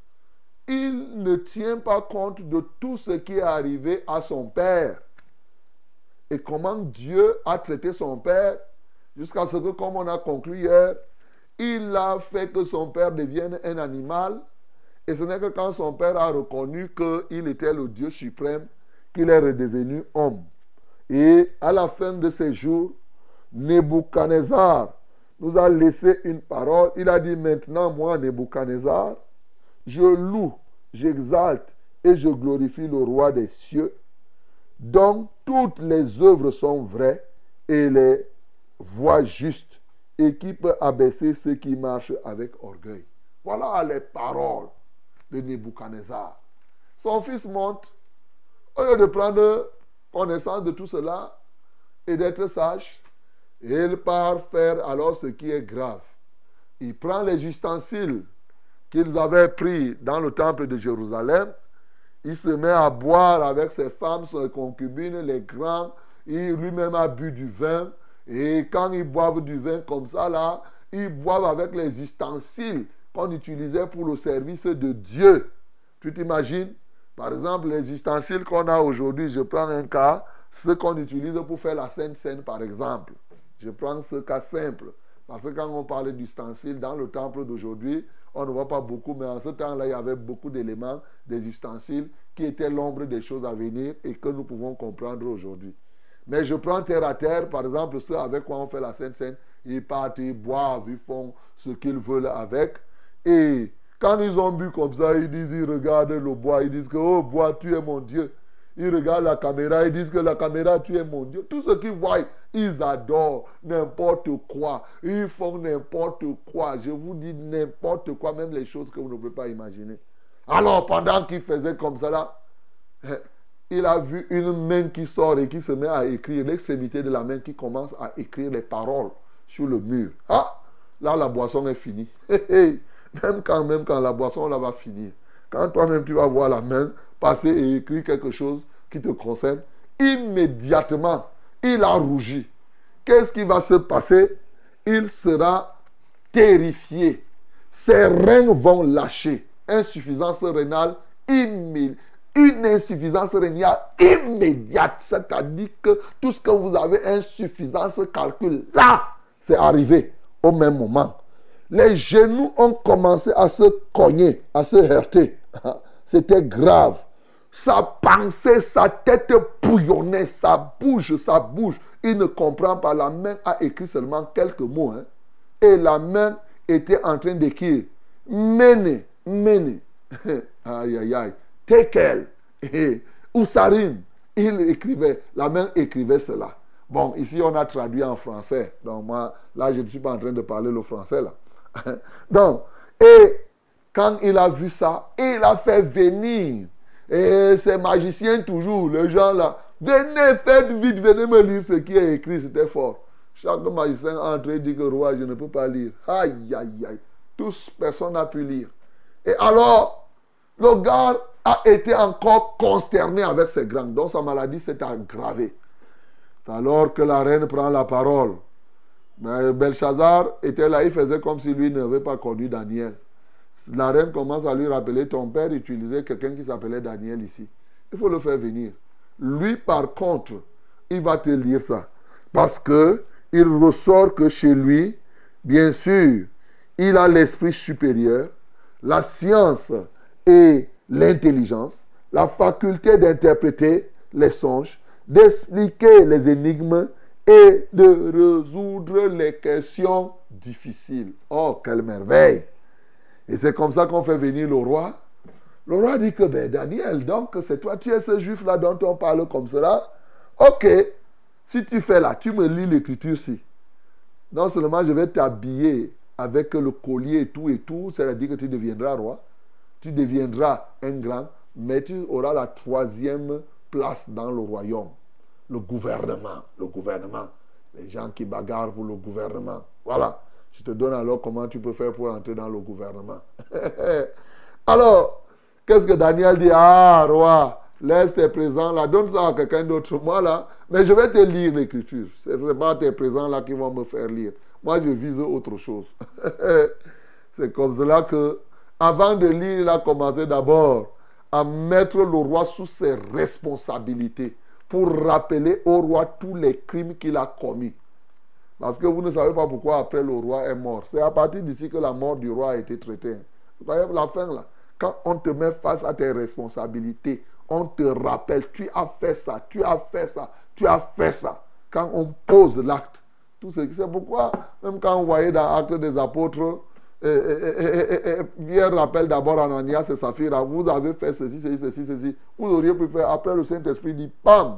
il ne tient pas compte de tout ce qui est arrivé à son père. Et comment Dieu a traité son père, jusqu'à ce que, comme on a conclu hier, il a fait que son père devienne un animal. Et ce n'est que quand son père a reconnu qu'il était le Dieu suprême, qu'il est redevenu homme. Et à la fin de ses jours, Nebuchadnezzar nous a laissé une parole. Il a dit, maintenant, moi, Nebuchadnezzar, je loue, j'exalte et je glorifie le roi des cieux, dont toutes les œuvres sont vraies et les voies justes, et qui peut abaisser ceux qui marchent avec orgueil. Voilà les paroles de Nebuchadnezzar. Son fils monte, au lieu de prendre connaissance de tout cela et d'être sage, il part faire alors ce qui est grave. Il prend les ustensiles qu'ils avaient pris dans le temple de Jérusalem. Il se met à boire avec ses femmes, ses concubines, les grands. Il lui-même a bu du vin. Et quand ils boivent du vin comme ça, là, ils boivent avec les ustensiles qu'on utilisait pour le service de Dieu. Tu t'imagines? Par exemple, les ustensiles qu'on a aujourd'hui, je prends un cas, ceux qu'on utilise pour faire la Sainte Seine, par exemple. Je prends ce cas simple. Parce que quand on parle d'ustensiles, dans le temple d'aujourd'hui, on ne voit pas beaucoup, mais en ce temps-là, il y avait beaucoup d'éléments, des ustensiles, qui étaient l'ombre des choses à venir et que nous pouvons comprendre aujourd'hui. Mais je prends terre à terre, par exemple, ceux avec quoi on fait la Sainte Seine, ils partent, ils boivent, ils font ce qu'ils veulent avec. Et Quand ils ont bu comme ça, ils disent, ils regardent le bois, ils disent que, oh bois, tu es mon Dieu. Ils regardent la caméra, ils disent que la caméra, tu es mon Dieu. Tout ce qu'ils voient, ils adorent n'importe quoi. Ils font n'importe quoi. Je vous dis n'importe quoi, même les choses que vous ne pouvez pas imaginer. Alors, pendant qu'il faisait comme ça, là, il a vu une main qui sort et qui se met à écrire, l'extrémité de la main qui commence à écrire les paroles sur le mur. Ah, là, la boisson est finie. Même quand, même quand la boisson là va finir. Quand toi-même tu vas voir la main passer et écrire quelque chose qui te concerne, immédiatement, il a rougi. Qu'est-ce qui va se passer? Il sera terrifié. Ses reins vont lâcher. Insuffisance rénale immédiate. Une insuffisance rénale immédiate. C'est-à-dire que tout ce que vous avez insuffisance calcul, là, c'est arrivé au même moment. Les genoux ont commencé à se cogner, à se heurter. C'était grave. Sa pensée, sa tête bouillonnait, ça bouge, ça bouge. Il ne comprend pas. La main a écrit seulement quelques mots. Hein. Et la main était en train d'écrire. Mene, mene. Aïe, aïe, aïe. Tekel. Oussarine. Il écrivait. La main écrivait cela. Bon, ici, on a traduit en français. Donc, moi, là, je ne suis pas en train de parler le français, là. Donc, et quand il a vu ça, il a fait venir. Et ces magiciens, toujours, les gens là, venez, faites vite, venez me lire ce qui est écrit, c'était fort. Chaque magicien entre et dit que roi, je ne peux pas lire. Aïe, aïe, aïe. Tous, personne n'a pu lire. Et alors, le gars a été encore consterné avec ses grands. Donc, sa maladie s'est aggravée. Alors que la reine prend la parole. Mais Belshazzar était là, il faisait comme si lui n'avait pas connu Daniel. La reine commence à lui rappeler, ton père utilisait quelqu'un qui s'appelait Daniel ici. Il faut le faire venir. Lui, par contre, il va te lire ça. Parce que il ressort que chez lui, bien sûr, il a l'esprit supérieur, la science et l'intelligence, la faculté d'interpréter les songes, d'expliquer les énigmes et de résoudre les questions difficiles. Oh, quelle merveille! Et c'est comme ça qu'on fait venir le roi. Le roi dit que, ben Daniel, donc c'est toi, tu es ce juif-là dont on parle comme cela. Ok, si tu fais là, tu me lis l'écriture-ci. Non seulement je vais t'habiller avec le collier et tout et tout, c'est-à-dire que tu deviendras roi, tu deviendras un grand, mais tu auras la troisième place dans le royaume. Le gouvernement, le gouvernement. Les gens qui bagarrent pour le gouvernement. Voilà. Je te donne alors comment tu peux faire pour entrer dans le gouvernement. Alors, qu'est-ce que Daniel dit? Ah, roi, laisse tes présents là, donne ça à quelqu'un d'autre. Moi là, mais je vais te lire l'écriture. Ce n'est pas tes présents là qui vont me faire lire. Moi, je vise autre chose. C'est comme cela que, avant de lire, il a commencé d'abord à mettre le roi sous ses responsabilités pour rappeler au roi tous les crimes qu'il a commis. Parce que vous ne savez pas pourquoi après le roi est mort. C'est à partir d'ici que la mort du roi a été traitée. Vous voyez la fin là. Quand on te met face à tes responsabilités, on te rappelle, tu as fait ça, tu as fait ça, tu as fait ça. Quand on pose l'acte, tout ce qui c'est pourquoi, même quand on voyait dans Actes des Apôtres, et, et, et, et, et, Pierre rappelle d'abord Ananias et Saphira, vous avez fait ceci, ceci, ceci, ceci. Vous auriez pu faire, après le Saint-Esprit dit, pam.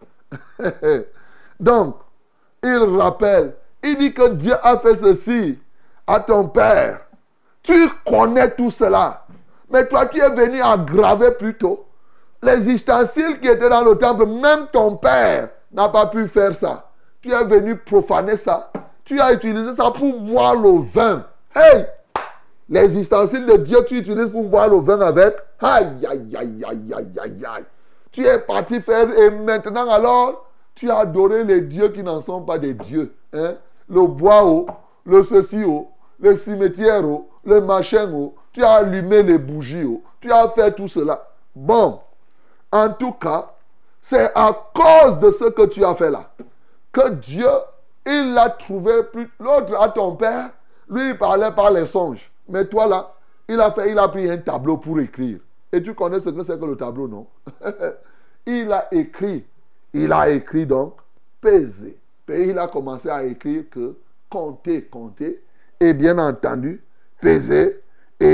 Donc, il rappelle, il dit que Dieu a fait ceci à ton père. Tu connais tout cela. Mais toi, tu es venu aggraver plutôt. Les ustensiles qui étaient dans le temple, même ton père n'a pas pu faire ça. Tu es venu profaner ça. Tu as utilisé ça pour boire le vin. Hey! Les ustensiles de Dieu, tu utilises pour boire le vin avec. Aïe, aïe, aïe, aïe, aïe, aïe, aïe. Tu es parti faire, et maintenant alors, tu as adoré les dieux qui n'en sont pas des dieux. Hein? Le bois, oh, le ceci, oh, le cimetière, oh, le machin, oh. Tu as allumé les bougies, oh. Tu as fait tout cela. Bon, en tout cas, c'est à cause de ce que tu as fait là que Dieu, il l'a trouvé plus. L'autre à ton père, lui, il parlait par les songes. Mais toi là, il a fait, il a pris un tableau pour écrire. Et tu connais ce que c'est que le tableau, non? Il a écrit. Il a écrit donc peser. Et il a commencé à écrire que compter, compter. Et bien entendu, peser et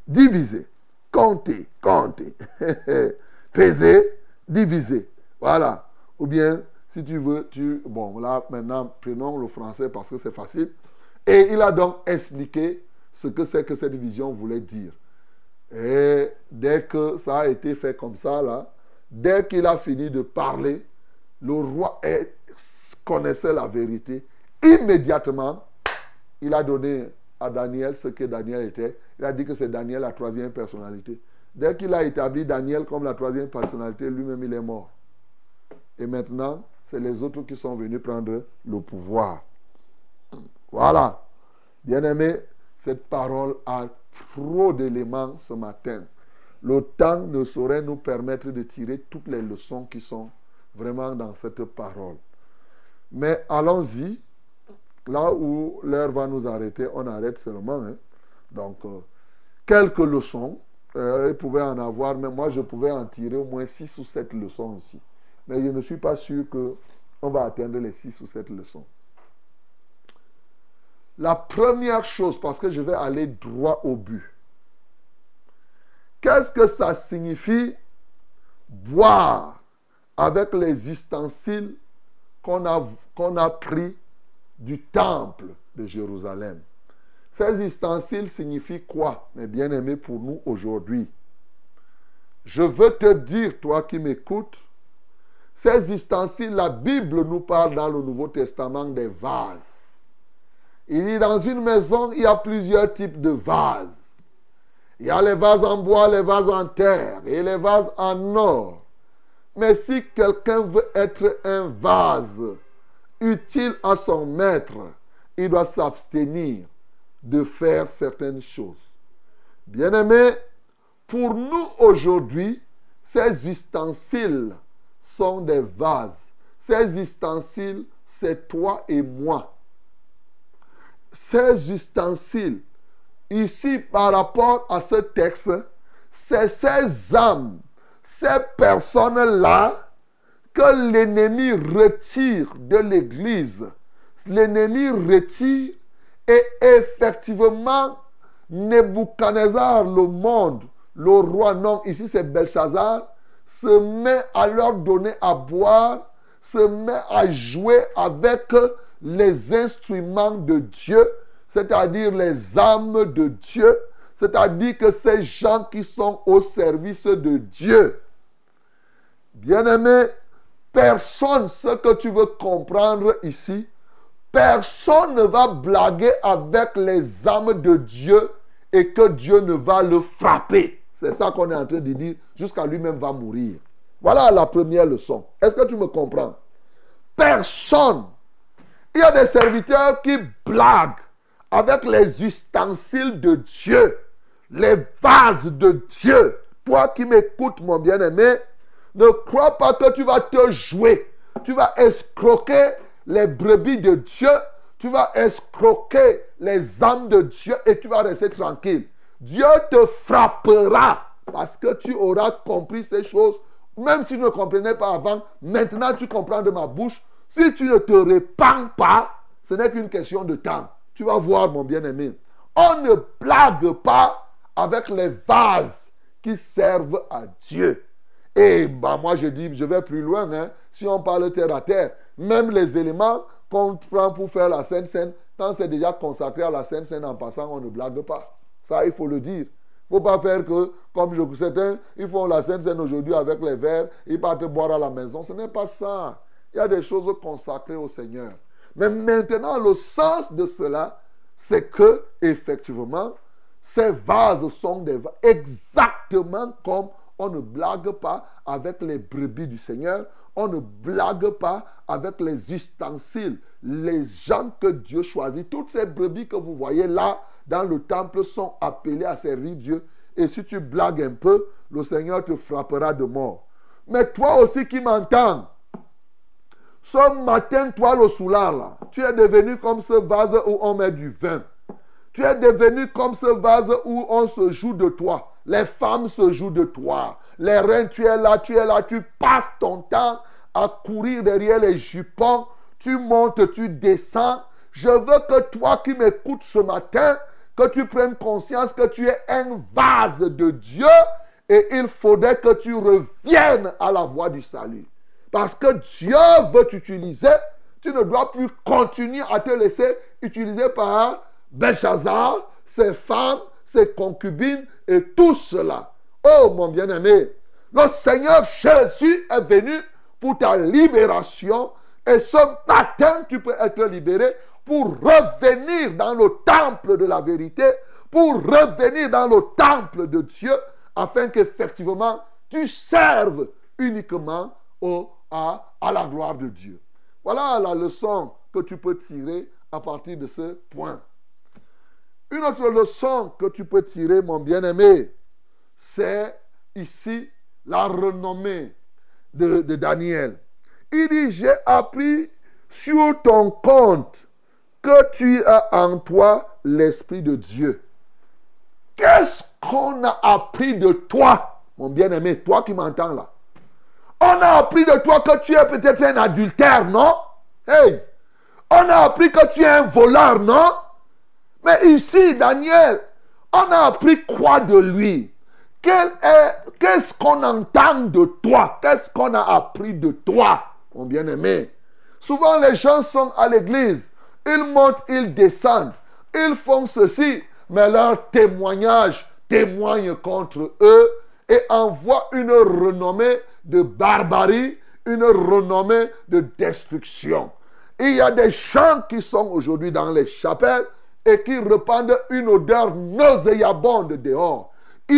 diviser, compter, compter, peser, diviser. Voilà. Ou bien, si tu veux, tu... Bon, là, maintenant, prenons le français parce que c'est facile. Et il a donc expliqué ce que c'est que cette vision voulait dire. Et dès que ça a été fait comme ça, là, dès qu'il a fini de parler, le roi est, connaissait la vérité. Immédiatement, il a donné à Daniel ce que Daniel était. Il a dit que c'est Daniel la troisième personnalité. Dès qu'il a établi Daniel comme la troisième personnalité, lui-même il est mort. Et maintenant, c'est les autres qui sont venus prendre le pouvoir. Voilà. Bien-aimé, cette parole a trop d'éléments ce matin. Le temps ne saurait nous permettre de tirer toutes les leçons qui sont vraiment dans cette parole. Mais allons-y. Là où l'heure va nous arrêter, on arrête seulement. Hein. Donc, euh, quelques leçons. Euh, il pouvait en avoir, mais moi, je pouvais en tirer au moins six ou sept leçons ici. Mais je ne suis pas sûr qu'on va atteindre les six ou sept leçons. La première chose, parce que je vais aller droit au but. Qu'est-ce que ça signifie boire avec les ustensiles qu'on a, qu'on a pris du temple de Jérusalem? Ces ustensiles signifient quoi, mes bien-aimés, pour nous aujourd'hui? Je veux te dire, toi qui m'écoutes, ces ustensiles, la Bible nous parle dans le Nouveau Testament des vases. Il dit, dans une maison, il y a plusieurs types de vases. Il y a les vases en bois, les vases en terre et les vases en or. Mais si quelqu'un veut être un vase utile à son maître, il doit s'abstenir de faire certaines choses. Bien-aimés, pour nous aujourd'hui, ces ustensiles sont des vases. Ces ustensiles, c'est toi et moi. Ces ustensiles, ici par rapport à ce texte, c'est ces âmes, ces personnes-là que l'ennemi retire de l'Église. L'ennemi retire et effectivement, Nebuchadnezzar, le monde, le roi, non, ici c'est Belshazzar, se met à leur donner à boire, se met à jouer avec les instruments de Dieu, c'est-à-dire les âmes de Dieu, c'est-à-dire que ces gens qui sont au service de Dieu. Bien-aimé, personne, ce que tu veux comprendre ici, personne ne va blaguer avec les âmes de Dieu et que Dieu ne va le frapper. C'est ça qu'on est en train de dire, jusqu'à lui-même va mourir. Voilà la première leçon. Est-ce que tu me comprends? Personne. Il y a des serviteurs qui blaguent avec les ustensiles de Dieu, les vases de Dieu. Toi qui m'écoutes, mon bien-aimé, ne crois pas que tu vas te jouer. Tu vas escroquer les brebis de Dieu. Tu vas escroquer les âmes de Dieu et tu vas rester tranquille. Dieu te frappera parce que tu auras compris ces choses. Même si tu ne comprenais pas avant, maintenant tu comprends de ma bouche. Si tu ne te répands pas, ce n'est qu'une question de temps. Tu vas voir, mon bien-aimé. On ne blague pas avec les vases qui servent à Dieu. Et bah, moi, je dis, je vais plus loin. Hein, si on parle terre à terre, même les éléments qu'on prend pour faire la Sainte Seine, quand c'est déjà consacré à la Sainte Seine en passant, on ne blague pas. Ça, il faut le dire. Il ne faut pas faire que, comme je, certains, ils font la Sainte Seine aujourd'hui avec les verres, ils partent boire à la maison. Ce n'est pas ça. Il y a des choses consacrées au Seigneur. Mais maintenant, le sens de cela, c'est que, effectivement, ces vases sont des vases exactement comme on ne blague pas avec les brebis du Seigneur, on ne blague pas avec les ustensiles, les gens que Dieu choisit. Toutes ces brebis que vous voyez là, dans le temple, sont appelées à servir Dieu. Et si tu blagues un peu, le Seigneur te frappera de mort. Mais toi aussi qui m'entends, ce matin, toi le soulard là, tu es devenu comme ce vase où on met du vin. Tu es devenu comme ce vase où on se joue de toi. Les femmes se jouent de toi. Les reins, tu es là, tu es là, tu passes ton temps à courir derrière les jupons. Tu montes, tu descends. Je veux que toi qui m'écoutes ce matin, que tu prennes conscience que tu es un vase de Dieu et il faudrait que tu reviennes à la voie du salut. Parce que Dieu veut t'utiliser, tu ne dois plus continuer à te laisser utiliser par Belshazzar, ses femmes, ses concubines et tout cela. Oh mon bien-aimé, le Seigneur Jésus est venu pour ta libération et ce matin tu peux être libéré pour revenir dans le temple de la vérité, pour revenir dans le temple de Dieu afin qu'effectivement tu serves uniquement au, à, à la gloire de Dieu. Voilà la leçon que tu peux tirer à partir de ce point. Une autre leçon que tu peux tirer, mon bien-aimé, c'est ici la renommée de, de Daniel. Il dit, j'ai appris sur ton compte que tu as en toi l'Esprit de Dieu. Qu'est-ce qu'on a appris de toi, mon bien-aimé, toi qui m'entends là? On a appris de toi que tu es peut-être un adultère, non? Hey! On a appris que tu es un voleur, non? Mais ici, Daniel, on a appris quoi de lui? Quel est, qu'est-ce qu'on entend de toi? Qu'est-ce qu'on a appris de toi, mon bien-aimé? Souvent, les gens sont à l'église. Ils montent, ils descendent. Ils font ceci, mais leur témoignage témoigne contre eux et envoie une renommée de barbarie, une renommée de destruction. Il y a des gens qui sont aujourd'hui dans les chapelles et qui répandent une odeur nauséabonde dehors.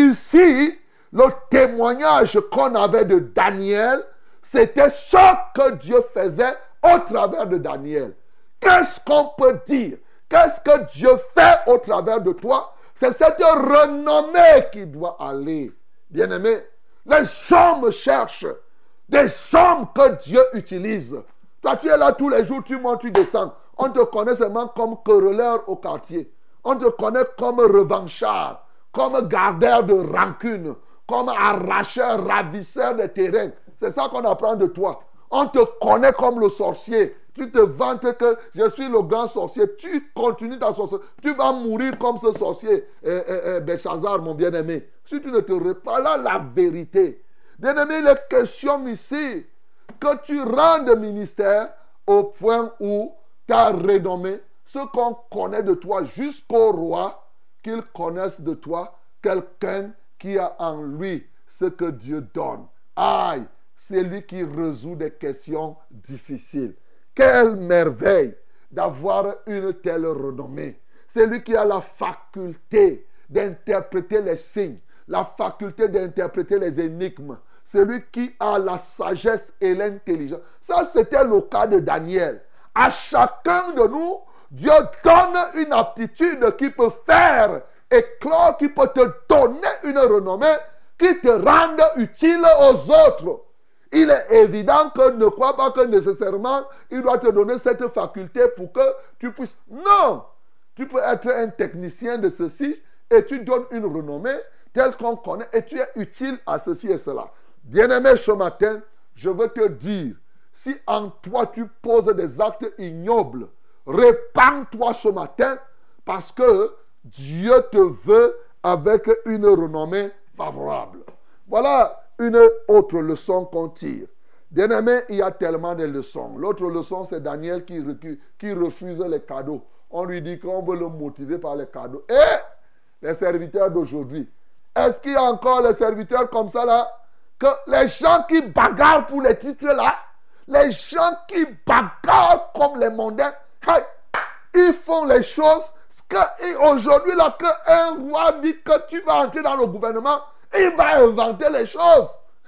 Ici, le témoignage qu'on avait de Daniel, c'était ce que Dieu faisait au travers de Daniel. Qu'est-ce qu'on peut dire? Qu'est-ce que Dieu fait au travers de toi? C'est cette renommée qui doit aller. Bien-aimé, les hommes cherchent des hommes que Dieu utilise. Toi, tu es là tous les jours, tu montes, tu descends. On te connaît seulement comme querelleur au quartier. On te connaît comme revanchard, comme gardeur de rancune, comme arracheur, ravisseur de terrain. C'est ça qu'on apprend de toi. On te connaît comme le sorcier. Tu te vantes que je suis le grand sorcier. Tu continues ta sorcellerie. Tu vas mourir comme ce sorcier, eh, eh, eh, Belshazzar, mon bien-aimé. Si tu ne te répares là, la vérité. Bien-aimé, il est question ici que tu rendes ministère au point où ta renommée, ce qu'on connaît de toi jusqu'au roi, qu'il connaisse de toi quelqu'un qui a en lui ce que Dieu donne. Aïe, c'est lui qui résout des questions difficiles. Quelle merveille d'avoir une telle renommée. C'est lui qui a la faculté d'interpréter les signes, la faculté d'interpréter les énigmes. C'est lui qui a la sagesse et l'intelligence. Ça, c'était le cas de Daniel. À chacun de nous, Dieu donne une aptitude qui peut faire éclore, qui peut te donner une renommée, qui te rende utile aux autres. Il est évident que ne crois pas que nécessairement il doit te donner cette faculté pour que tu puisses... Non! Tu peux être un technicien de ceci et tu donnes une renommée telle qu'on connaît et tu es utile à ceci et cela. Bien-aimé, ce matin, je veux te dire, si en toi tu poses des actes ignobles, répands-toi ce matin parce que Dieu te veut avec une renommée favorable. Voilà une autre leçon qu'on tire. Bien-aimé, il y a tellement de leçons. L'autre leçon, c'est Daniel qui, qui, qui refuse les cadeaux. On lui dit qu'on veut le motiver par les cadeaux. Et les serviteurs d'aujourd'hui, est-ce qu'il y a encore les serviteurs comme ça là? Que les gens qui bagarrent pour les titres là, les gens qui bagarrent comme les mondains, hey, ils font les choses que aujourd'hui là, qu'un roi dit que tu vas entrer dans le gouvernement, il va inventer les choses.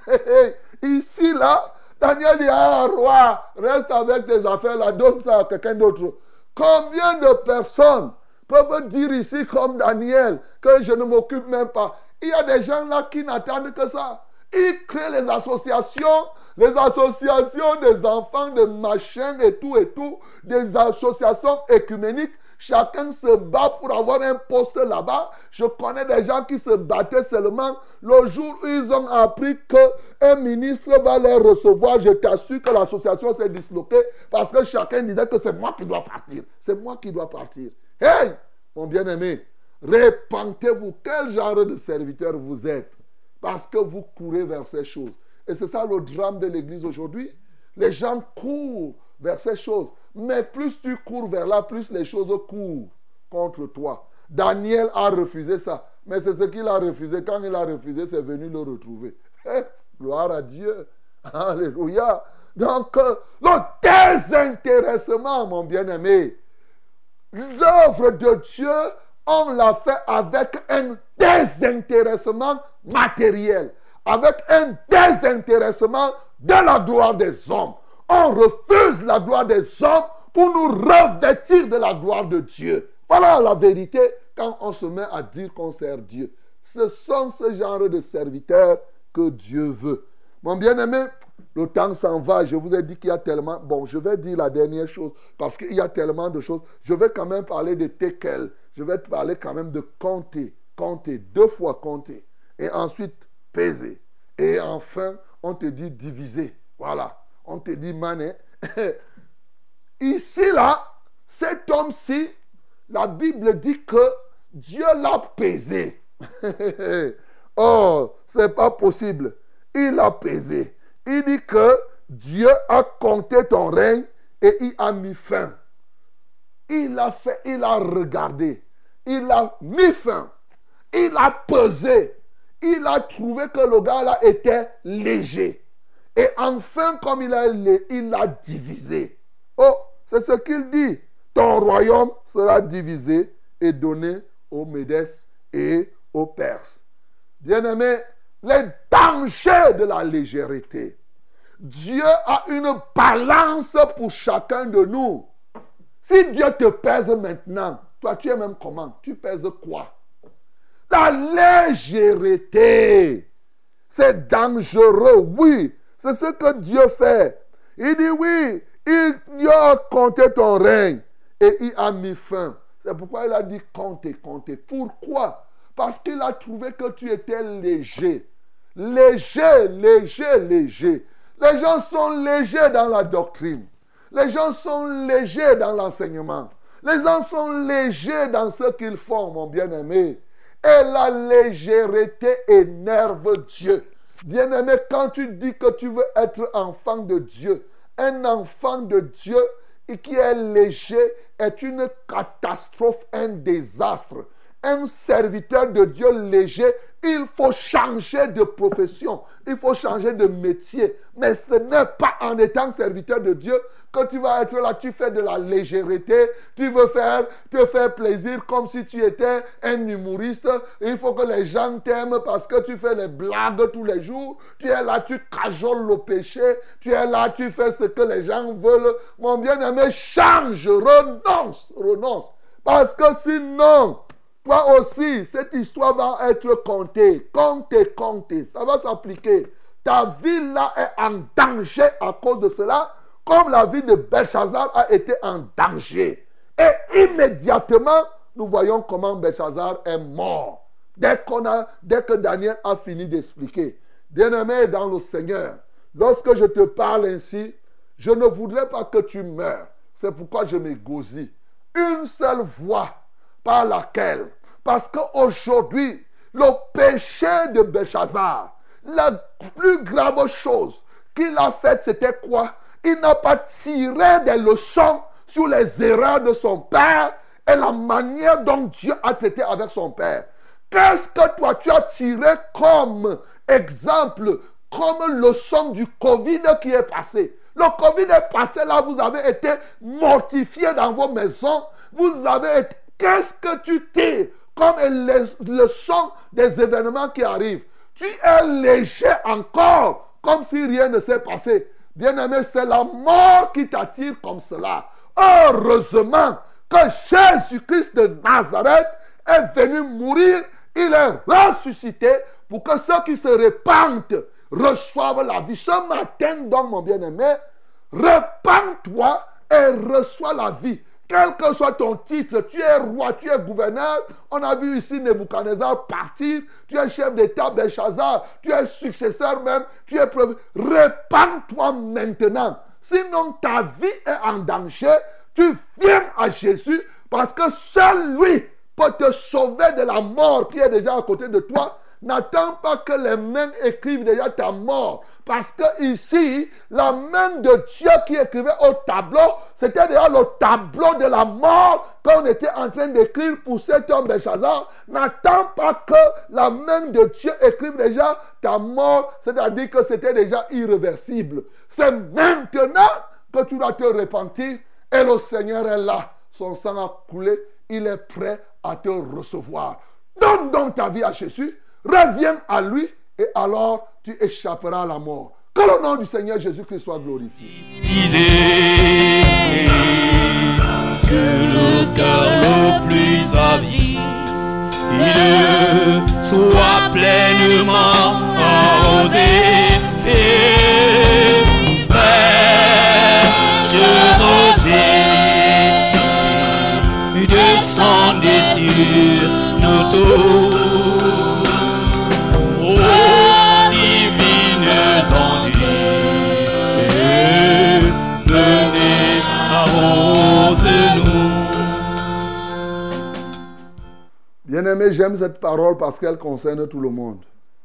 Ici là, Daniel dit, ah roi, reste avec tes affaires là, donne ça à quelqu'un d'autre. Combien de personnes peuvent dire ici comme Daniel que je ne m'occupe même pas? Il y a des gens là qui n'attendent que ça. Ils créent les associations, les associations des enfants, des machins et tout et tout, des associations écuméniques. Chacun se bat pour avoir un poste là-bas. Je connais des gens qui se battaient seulement le jour où ils ont appris qu'un ministre va les recevoir. Je t'assure que l'association s'est disloquée parce que chacun disait que c'est moi qui dois partir. C'est moi qui dois partir. Hey, mon bien-aimé, Répentez-vous. Quel genre de serviteur vous êtes? Parce que vous courez vers ces choses. Et c'est ça le drame de l'église aujourd'hui. Les gens courent vers ces choses. Mais plus tu cours vers là, plus les choses courent contre toi. Daniel a refusé ça. Mais c'est ce qu'il a refusé. Quand il a refusé, c'est venu le retrouver. Gloire à Dieu. Alléluia. Donc, le désintéressement, mon bien-aimé, l'œuvre de Dieu, on l'a fait avec un désintéressement matériel, avec un désintéressement de la gloire des hommes. On refuse la gloire des hommes pour nous revêtir de la gloire de Dieu. Voilà la vérité quand on se met à dire qu'on sert Dieu. Ce sont ce genre de serviteurs que Dieu veut. Mon bien-aimé, le temps s'en va. Je vous ai dit qu'il y a tellement... Bon, je vais dire la dernière chose parce qu'il y a tellement de choses. Je vais quand même parler de tekel. Je vais te parler quand même de compter. Compter, deux fois compter. Et ensuite, peser. Et enfin, on te dit diviser. Voilà. On te dit mané. Ici, là, cet homme-ci, la Bible dit que Dieu l'a pesé. Oh, c'est pas possible. Il a pesé. Il dit que Dieu a compté ton règne et il a mis fin. Il a fait, il a regardé. Il a mis fin. Il a pesé. Il a trouvé que le gars-là était léger. Et enfin, comme il a, il l'a divisé. Oh, c'est ce qu'il dit. Ton royaume sera divisé et donné aux Médès et aux Perses. Bien-aimés, les dangers de la légèreté. Dieu a une balance pour chacun de nous. Si Dieu te pèse maintenant, toi tu es même comment? Tu pèses quoi? La légèreté, c'est dangereux, oui. C'est ce que Dieu fait. Il dit oui, il, Dieu a compté ton règne et il a mis fin. C'est pourquoi il a dit compter, compter. Pourquoi? Parce qu'il a trouvé que tu étais léger. Léger, léger, léger. Les gens sont légers dans la doctrine. Les gens sont légers dans l'enseignement. Les gens sont légers dans ce qu'ils font, mon bien-aimé. Et la légèreté énerve Dieu. Bien-aimé, quand tu dis que tu veux être enfant de Dieu, un enfant de Dieu qui est léger est une catastrophe, un désastre. Un serviteur de Dieu léger, il faut changer de profession, il faut changer de métier. Mais ce n'est pas en étant serviteur de Dieu que tu vas être là, tu fais de la légèreté, tu veux faire, te faire plaisir comme si tu étais un humoriste. Il faut que les gens t'aiment parce que tu fais les blagues tous les jours. Tu es là, tu cajoles le péché. Tu es là, tu fais ce que les gens veulent. Mon bien-aimé, change, renonce, renonce. Parce que sinon... Toi aussi, cette histoire va être comptée. Comptée, comptée. Ça va s'appliquer. Ta vie là est en danger à cause de cela, comme la vie de Belshazzar a été en danger. Et immédiatement, nous voyons comment Belshazzar est mort. Dès, qu'on a, dès que Daniel a fini d'expliquer. Bien-aimé dans le Seigneur, lorsque je te parle ainsi, je ne voudrais pas que tu meurs. C'est pourquoi je m'égosille. Une seule voix par laquelle, parce qu'aujourd'hui, le péché de Belshazzar, la plus grave chose qu'il a faite, c'était quoi? Il n'a pas tiré des leçons sur les erreurs de son père et la manière dont Dieu a traité avec son père. Qu'est-ce que toi tu as tiré comme exemple, comme leçon du Covid qui est passé? Le Covid est passé là, vous avez été mortifiés dans vos maisons, vous avez été... Qu'est-ce que tu tires comme les leçons des événements qui arrivent? Tu es léger encore, comme si rien ne s'est passé. Bien-aimé, c'est la mort qui t'attire comme cela. Heureusement que Jésus-Christ de Nazareth est venu mourir, il est ressuscité pour que ceux qui se répandent reçoivent la vie. Ce matin, donc, mon bien-aimé, repends-toi et reçois la vie. Quel que soit ton titre, tu es roi, tu es gouverneur. On a vu ici Nebuchadnezzar partir. Tu es chef d'État Belshazzar. Tu es successeur même. Tu es preuve. Répands-toi maintenant. Sinon, ta vie est en danger. Tu viens à Jésus parce que seul lui peut te sauver de la mort qui est déjà à côté de toi, n'attends pas que les mains écrivent déjà ta mort. Parce que ici, la main de Dieu qui écrivait au tableau, c'était déjà le tableau de la mort qu'on était en train d'écrire pour cet homme Belchazar. N'attends pas que la main de Dieu écrive déjà ta mort, c'est-à-dire que c'était déjà irréversible. C'est maintenant que tu dois te repentir et le Seigneur est là. Son sang a coulé, il est prêt à te recevoir. Donne donc ta vie à Jésus. Reviens à lui et alors tu échapperas à la mort. Que le nom du Seigneur Jésus-Christ soit glorifié. Disait que le cœur le plus avide soit pleinement arrosé et fraîche rosée descendez sur nos tours. Bien-aimé, j'aime cette parole parce qu'elle concerne tout le monde.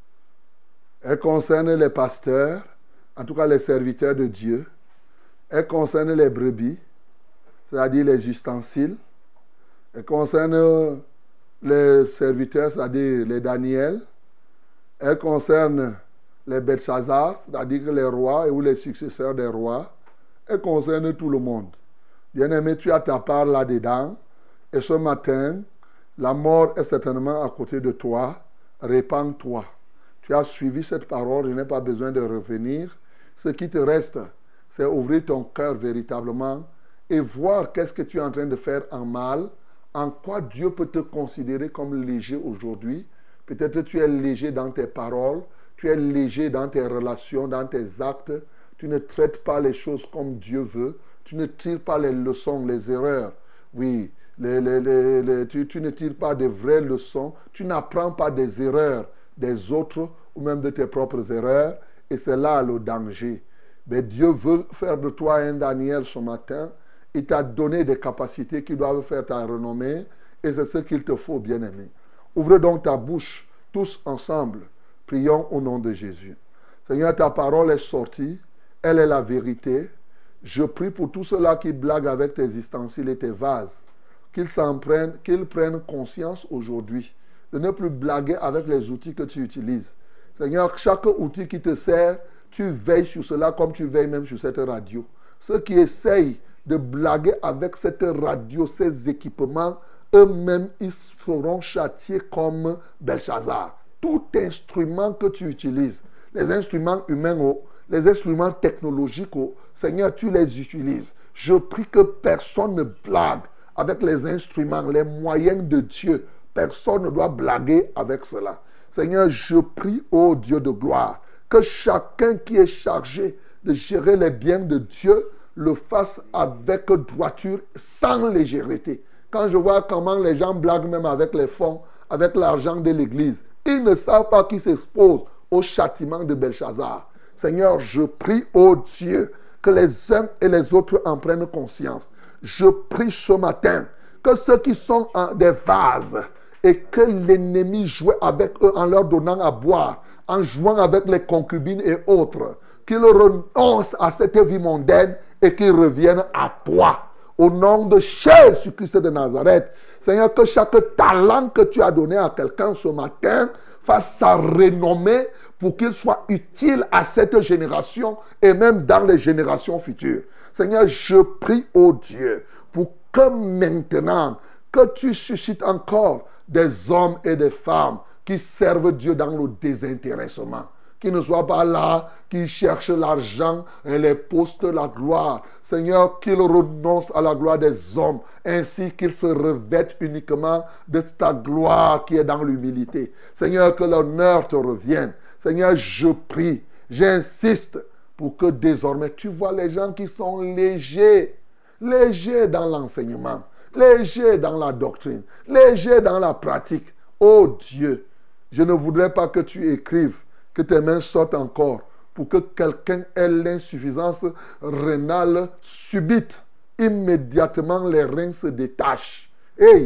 Elle concerne les pasteurs, en tout cas les serviteurs de Dieu. Elle concerne les brebis, c'est-à-dire les ustensiles. Elle concerne les serviteurs, c'est-à-dire les Daniel. Elle concerne les Belchazar, c'est-à-dire les rois ou les successeurs des rois. Elle concerne tout le monde. Bien-aimé, tu as ta part là-dedans. Et ce matin, la mort est certainement à côté de toi. Répands-toi. Tu as suivi cette parole, je n'ai pas besoin de revenir. Ce qui te reste, c'est ouvrir ton cœur véritablement et voir qu'est-ce que tu es en train de faire en mal, en quoi Dieu peut te considérer comme léger aujourd'hui. Peut-être tu es léger dans tes paroles, tu es léger dans tes relations, dans tes actes. Tu ne traites pas les choses comme Dieu veut. Tu ne tires pas les leçons, les erreurs. Oui, les, les, les, les, tu, tu ne tires pas de vraies leçons. Tu n'apprends pas des erreurs des autres ou même de tes propres erreurs. Et c'est là le danger. Mais Dieu veut faire de toi un Daniel ce matin. Il t'a donné des capacités qui doivent faire ta renommée. Et c'est ce qu'il te faut, bien-aimé. Ouvre donc ta bouche, tous ensemble. Prions au nom de Jésus. Seigneur, ta parole est sortie. Elle est la vérité. Je prie pour tous ceux-là qui blaguent avec tes ustensiles et tes vases. Qu'ils s'en prennent, qu'ils prennent conscience aujourd'hui de ne plus blaguer avec les outils que tu utilises. Seigneur, chaque outil qui te sert, tu veilles sur cela comme tu veilles même sur cette radio. Ceux qui essayent de blaguer avec cette radio, ces équipements, eux-mêmes, ils seront châtiés comme Belchazar. Tout instrument que tu utilises, les instruments humains, oh, les instruments technologiques, oh, Seigneur, tu les utilises. Je prie que personne ne blague avec les instruments, les moyens de Dieu. Personne ne doit blaguer avec cela. Seigneur, je prie, ô Dieu de gloire, que chacun qui est chargé de gérer les biens de Dieu le fasse avec droiture, sans légèreté. Quand je vois comment les gens blaguent même avec les fonds, avec l'argent de l'Église, ils ne savent pas qu'ils s'exposent au châtiment de Belchazar. Seigneur, je prie, ô Dieu, que les uns et les autres en prennent conscience. Je prie ce matin que ceux qui sont en des vases et que l'ennemi joue avec eux en leur donnant à boire, en jouant avec les concubines et autres, qu'ils renoncent à cette vie mondaine et qu'ils reviennent à toi. Au nom de Jésus-Christ de Nazareth, Seigneur, que chaque talent que tu as donné à quelqu'un ce matin fasse sa renommée pour qu'il soit utile à cette génération et même dans les générations futures. Seigneur, je prie, ô Dieu, pour que maintenant, que tu suscites encore des hommes et des femmes qui servent Dieu dans le désintéressement. Qui ne soient pas là, qui cherchent l'argent et les postes, la gloire. Seigneur, qu'ils renoncent à la gloire des hommes, ainsi qu'ils se revêtent uniquement de ta gloire qui est dans l'humilité. Seigneur, que l'honneur te revienne. Seigneur, je prie, j'insiste pour que désormais, tu vois les gens qui sont légers, légers dans l'enseignement, légers dans la doctrine, légers dans la pratique. Oh Dieu, je ne voudrais pas que tu écrives que tes mains sortent encore pour que quelqu'un ait l'insuffisance rénale subite. Immédiatement, les reins se détachent. Hey,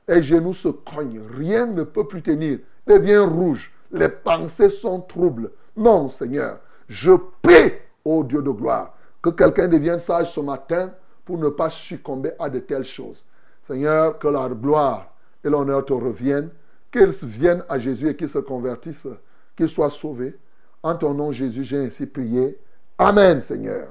Les genoux se cognent. Rien ne peut plus tenir. Il devient rouge. Les pensées sont troubles. Non, Seigneur. Je prie, ô Dieu de gloire, que quelqu'un devienne sage ce matin pour ne pas succomber à de telles choses. Seigneur, que la gloire et l'honneur te reviennent, qu'ils viennent à Jésus et qu'ils se convertissent, qu'ils soient sauvés. En ton nom, Jésus, j'ai ainsi prié. Amen, Seigneur.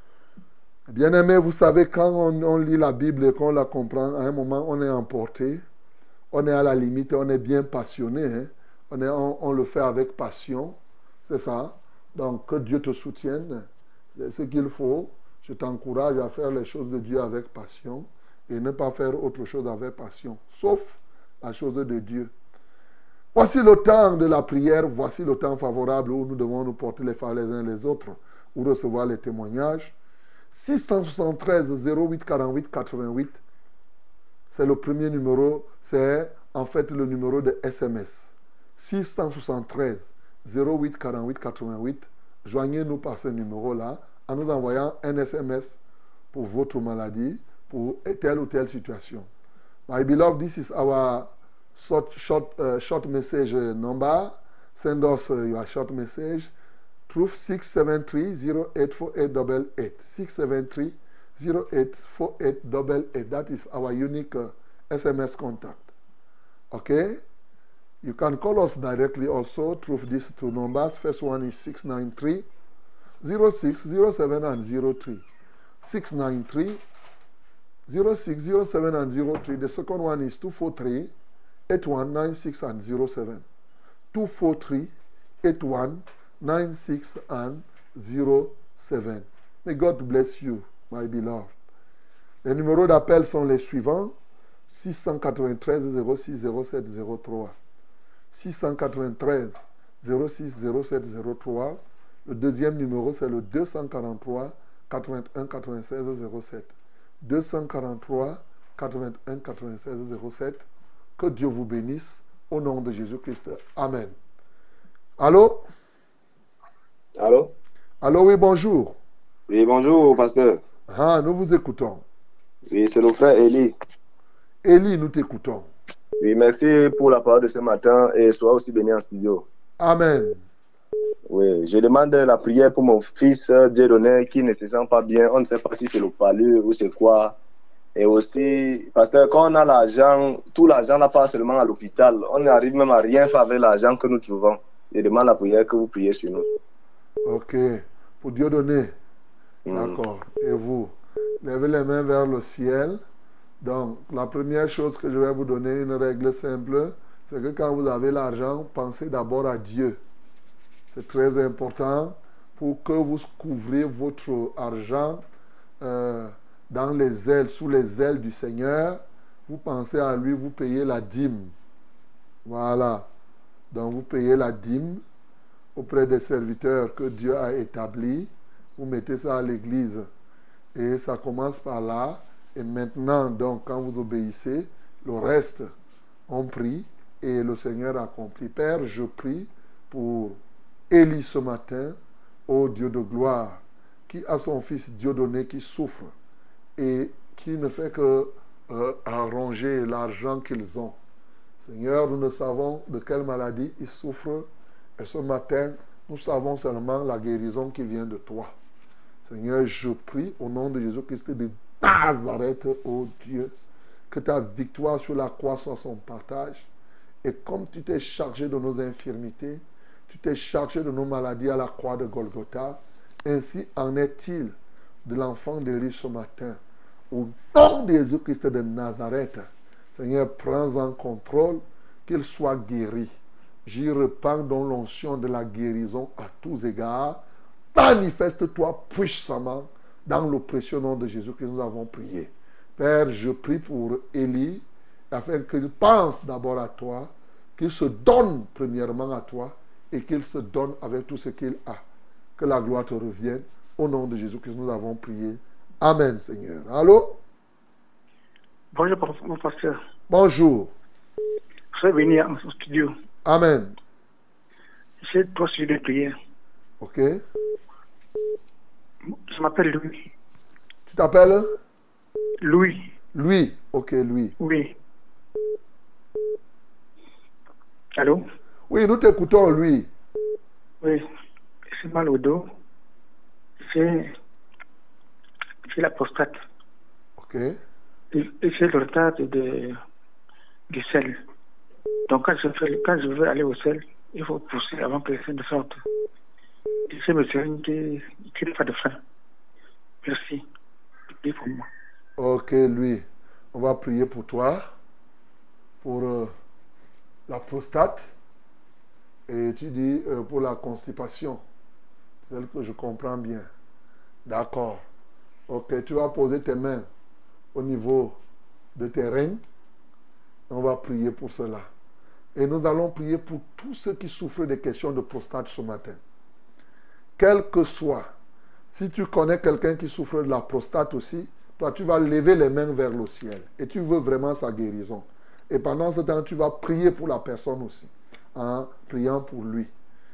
Bien-aimés, vous savez, quand on, on lit la Bible et qu'on la comprend, à un moment, on est emporté, on est à la limite, on est bien passionné. Hein? On, est, on, on le fait avec passion, c'est ça. Donc, que Dieu te soutienne, c'est ce qu'il faut. Je t'encourage à faire les choses de Dieu avec passion et ne pas faire autre chose avec passion, sauf la chose de Dieu. Voici le temps de la prière, voici le temps favorable où nous devons nous porter les fards les uns les autres, ou recevoir les témoignages. six cent soixante-treize zéro huit quarante-huit quatre-vingt-huit, c'est le premier numéro, c'est en fait le numéro de S M S. six cent soixante-treize zéro huit quarante-huit quatre-vingt-huit, joignez-nous par ce numéro-là en nous envoyant un S M S pour votre maladie, pour telle ou telle situation. My beloved, this is our short, short, uh, short message number. Send us uh, your short message. Through six seven three zero eight four eight eight eight. six seven three zero eight four eight eight eight. That is our unique uh, S M S contact. Okay? You can call us directly also through these two numbers. First one is six nine three zero six zero seven and zero three. six nine three zero six zero seven and zero three. The second one is two four three eight one nine six and zero seven. two four three eight one nine six and zero seven. May God bless you, my beloved. Les numéros d'appel sont les suivants: six cent quatre-vingt-treize zéro six zéro sept zéro trois. six cent quatre-vingt-treize zéro six zéro sept zéro trois. Le deuxième numéro, c'est le deux cent quarante-trois quatre-vingt-un quatre-vingt-seize zéro sept. deux cent quarante-trois quatre-vingt-un quatre-vingt-seize zéro sept. Que Dieu vous bénisse au nom de Jésus-Christ. Amen. Allô? Allô? Allô, oui, bonjour. Oui, bonjour, pasteur. Ah, nous vous écoutons. Oui, c'est le frère Élie. Élie, nous t'écoutons. Oui, merci pour la parole de ce matin et sois aussi béni en studio. Amen. Oui, je demande la prière pour mon fils Dieudonné qui ne se sent pas bien. On ne sait pas si c'est le palu ou c'est quoi. Et aussi, parce que quand on a l'argent, tout l'argent n'a pas seulement à l'hôpital. On n'arrive même à rien faire avec l'argent que nous trouvons. Je demande la prière que vous priez sur nous. Ok. Pour Dieudonné. Mm. D'accord. Et vous, levez les mains vers le ciel. Donc, la première chose que je vais vous donner, une règle simple, c'est que quand vous avez l'argent, pensez d'abord à Dieu. C'est très important pour que vous couvriez votre argent euh, dans les ailes, sous les ailes du Seigneur. Vous pensez à lui, vous payez la dîme. Voilà. Donc, vous payez la dîme auprès des serviteurs que Dieu a établis. Vous mettez ça à l'église. Et ça commence par là. Et maintenant, donc, quand vous obéissez, le reste, on prie et le Seigneur accomplit. Père, je prie pour Élie ce matin, ô Dieu de gloire, qui a son fils Dieudonné qui souffre et qui ne fait que euh, arranger l'argent qu'ils ont. Seigneur, nous ne savons de quelle maladie ils souffrent. Et ce matin, nous savons seulement la guérison qui vient de toi. Seigneur, je prie au nom de Jésus-Christ de Nazareth, ô Dieu, que ta victoire sur la croix soit son partage. Et comme tu t'es chargé de nos infirmités, tu t'es chargé de nos maladies à la croix de Golgotha, ainsi en est-il de l'enfant d'Élie ce matin. Au nom de Jésus-Christ de Nazareth, Seigneur, prends en contrôle, qu'il soit guéri. J'y repens dans l'onction de la guérison à tous égards. Manifeste-toi puissamment dans le précieux nom de Jésus que nous avons prié. Père, je prie pour Élie, afin qu'il pense d'abord à toi, qu'il se donne premièrement à toi, et qu'il se donne avec tout ce qu'il a. Que la gloire te revienne. Au nom de Jésus que nous avons prié. Amen, Seigneur. Allô? Bonjour, mon pasteur. Bonjour. Je suis venu en studio. Amen. J'ai trois sujets de prière. Ok. Je m'appelle Louis. Tu t'appelles? Louis. Louis. Ok, Louis. Oui. Allô? Oui, nous t'écoutons, lui. Oui, c'est mal au dos. C'est c'est la prostate. Ok. Et, et c'est le retard de, de- du sel. Donc quand je, fais, quand je veux aller au sel, il faut pousser avant que le sel ne sorte. Et c'est monsieur qui qui n'a pas de frein. Merci. Priez pour moi. Ok, lui. On va prier pour toi, pour euh, la prostate. Et tu dis euh, pour la constipation. Celle que je comprends bien. D'accord. Ok, tu vas poser tes mains au niveau de tes reins. On va prier pour cela. Et nous allons prier pour tous ceux qui souffrent des questions de prostate ce matin. Quel que soit, si tu connais quelqu'un qui souffre de la prostate aussi, toi tu vas lever les mains vers le ciel. Et tu veux vraiment sa guérison. Et pendant ce temps, tu vas prier pour la personne aussi. En priant pour lui.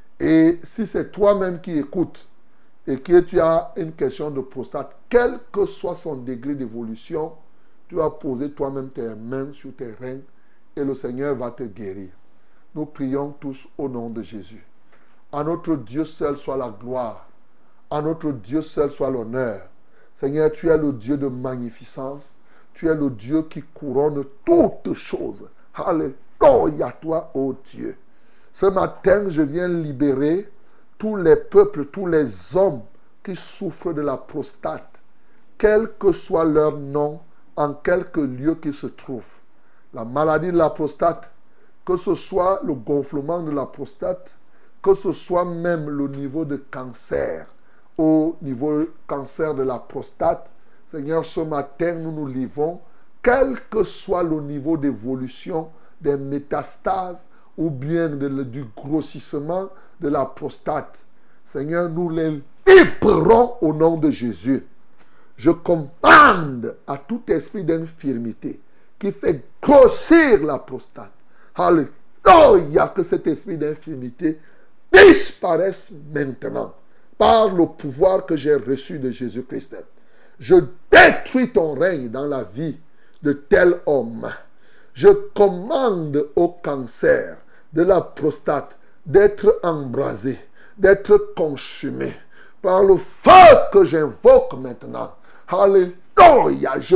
Et si c'est toi-même qui écoutes et que tu as une question de prostate, quel que soit son degré d'évolution, tu vas poser toi-même tes mains sur tes reins et le Seigneur va te guérir. Nous prions tous au nom de Jésus. À notre Dieu seul soit la gloire. À notre Dieu seul soit l'honneur. Seigneur, tu es le Dieu de magnificence. Tu es le Dieu qui couronne toutes choses. Alléluia, toi, ô Dieu. Ce matin, je viens libérer tous les peuples, tous les hommes qui souffrent de la prostate, quel que soit leur nom, en quelque lieu qu'ils se trouvent. La maladie de la prostate, que ce soit le gonflement de la prostate, que ce soit même le niveau de cancer, au niveau cancer de la prostate, Seigneur, ce matin, nous nous livrons, quel que soit le niveau d'évolution des métastases, ou bien de, du grossissement de la prostate. Seigneur, nous les libérons au nom de Jésus. Je commande à tout esprit d'infirmité qui fait grossir la prostate. Alléluia, que cet esprit d'infirmité disparaisse maintenant par le pouvoir que j'ai reçu de Jésus-Christ. Je détruis ton règne dans la vie de tel homme. Je commande au cancer de la prostate d'être embrasé, d'être consumé par le feu que j'invoque maintenant. Alléluia, je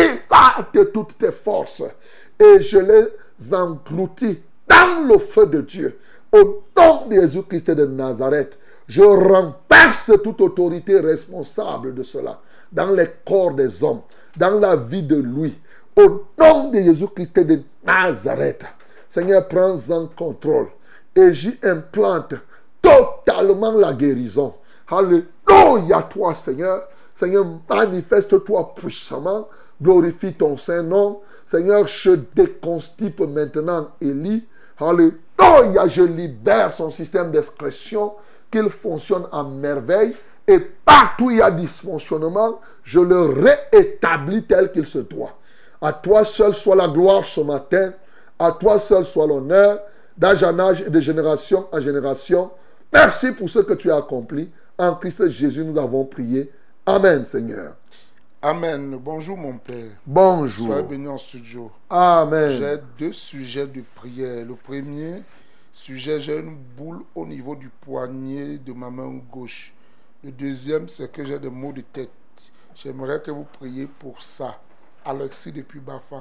dilate toutes tes forces et je les engloutis dans le feu de Dieu. Au nom de Jésus-Christ de Nazareth, je renverse toute autorité responsable de cela dans les corps des hommes, dans la vie de lui. Au nom de Jésus-Christ de Nazareth, Seigneur, prends en contrôle et j'y implante totalement la guérison. Alléluia, toi, Seigneur. Seigneur, manifeste-toi puissamment, glorifie ton Saint-Nom. Seigneur, je déconstipe maintenant Élie. Alléluia, je libère son système d'excrétion, qu'il fonctionne à merveille. Et partout où il y a dysfonctionnement, je le réétablis tel qu'il se doit. À toi seul soit la gloire ce matin. À toi seul soit l'honneur, d'âge en âge et de génération en génération. Merci pour ce que tu as accompli. En Christ Jésus, nous avons prié. Amen, Seigneur. Amen. Bonjour, mon Père. Bonjour. Sois béni en studio. Amen. J'ai deux sujets de prière. Le premier sujet, j'ai une boule au niveau du poignet de ma main gauche. Le deuxième, c'est que j'ai des maux de tête. J'aimerais que vous priez pour ça. Alexis depuis Bafang.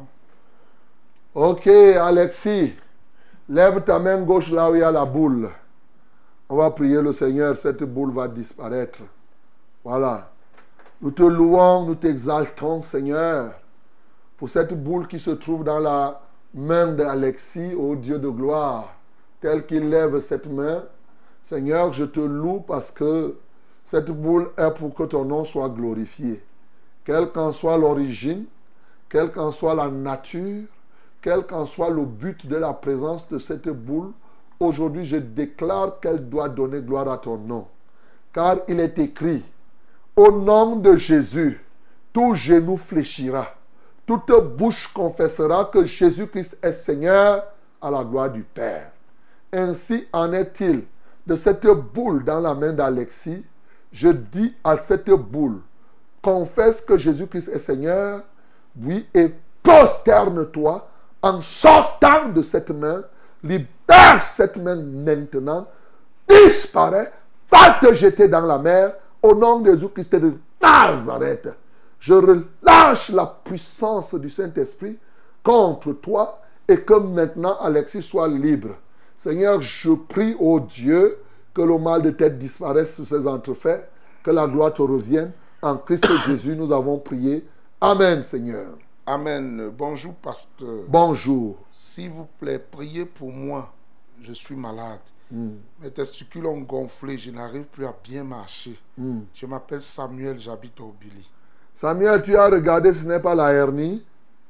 Ok, Alexis. Lève ta main gauche là où il y a la boule. On va prier le Seigneur. Cette boule va disparaître. Voilà. Nous te louons, nous t'exaltons, Seigneur, pour cette boule qui se trouve dans la main d'Alexis, ô Dieu de gloire. Tel qu'il lève cette main, Seigneur, je te loue parce que cette boule est pour que ton nom soit glorifié. Quelle qu'en soit l'origine, quelle qu'en soit la nature, quel qu'en soit le but de la présence de cette boule, aujourd'hui je déclare qu'elle doit donner gloire à ton nom. Car il est écrit, au nom de Jésus, tout genou fléchira, toute bouche confessera que Jésus-Christ est Seigneur à la gloire du Père. Ainsi en est-il de cette boule dans la main d'Alexis. Je dis à cette boule, confesse que Jésus-Christ est Seigneur, oui, et prosterne-toi en sortant de cette main, libère libère cette main maintenant. Disparaît. Va te jeter dans la mer. Au nom de Jésus-Christ de Nazareth. Je relâche la puissance du Saint-Esprit contre toi et que maintenant Alexis soit libre. Seigneur, je prie au Dieu que le mal de tête disparaisse sur ces entrefaits, que la gloire te revienne. En Christ Jésus, nous avons prié. Amen, Seigneur. Amen. Bonjour, pasteur. Bonjour. S'il vous plaît, priez pour moi. Je suis malade. Mm. Mes testicules ont gonflé. Je n'arrive plus à bien marcher. Mm. Je m'appelle Samuel, j'habite au Billy. Samuel, tu as regardé, ce n'est pas la hernie?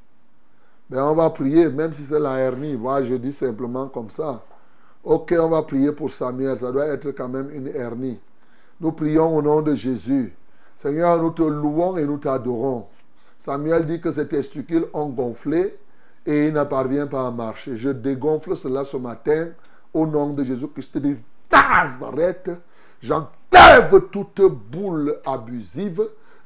Ben, on va prier, même si c'est la hernie. Voilà, je dis simplement comme ça. Ok, on va prier pour Samuel. Ça doit être quand même une hernie. Nous prions au nom de Jésus. Seigneur, nous te louons et nous t'adorons. Samuel dit que ses testicules ont gonflé et il ne parvient pas à marcher. Je dégonfle cela ce matin au nom de Jésus-Christ de Nazareth. J'enlève toute boule abusive.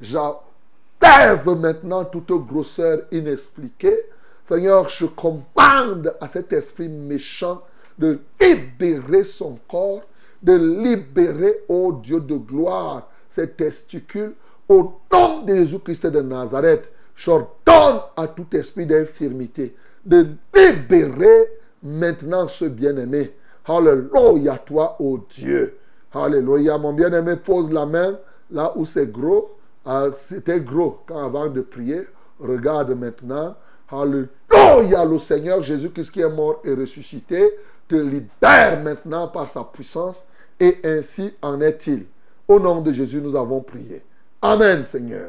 J'enlève maintenant toute grosseur inexpliquée. Seigneur, je commande à cet esprit méchant de libérer son corps, de libérer, ô Dieu de gloire, ses testicules. Au nom de Jésus-Christ de Nazareth, j'ordonne à tout esprit d'infirmité de libérer maintenant ce bien-aimé. Alléluia, toi, ô Dieu. Alléluia, mon bien-aimé, pose la main là où c'est gros. Euh, C'était gros quand avant de prier. Regarde maintenant. Alléluia, le Seigneur Jésus-Christ qui est mort et ressuscité te libère maintenant par sa puissance. Et ainsi en est-il. Au nom de Jésus, nous avons prié. Amen, Seigneur.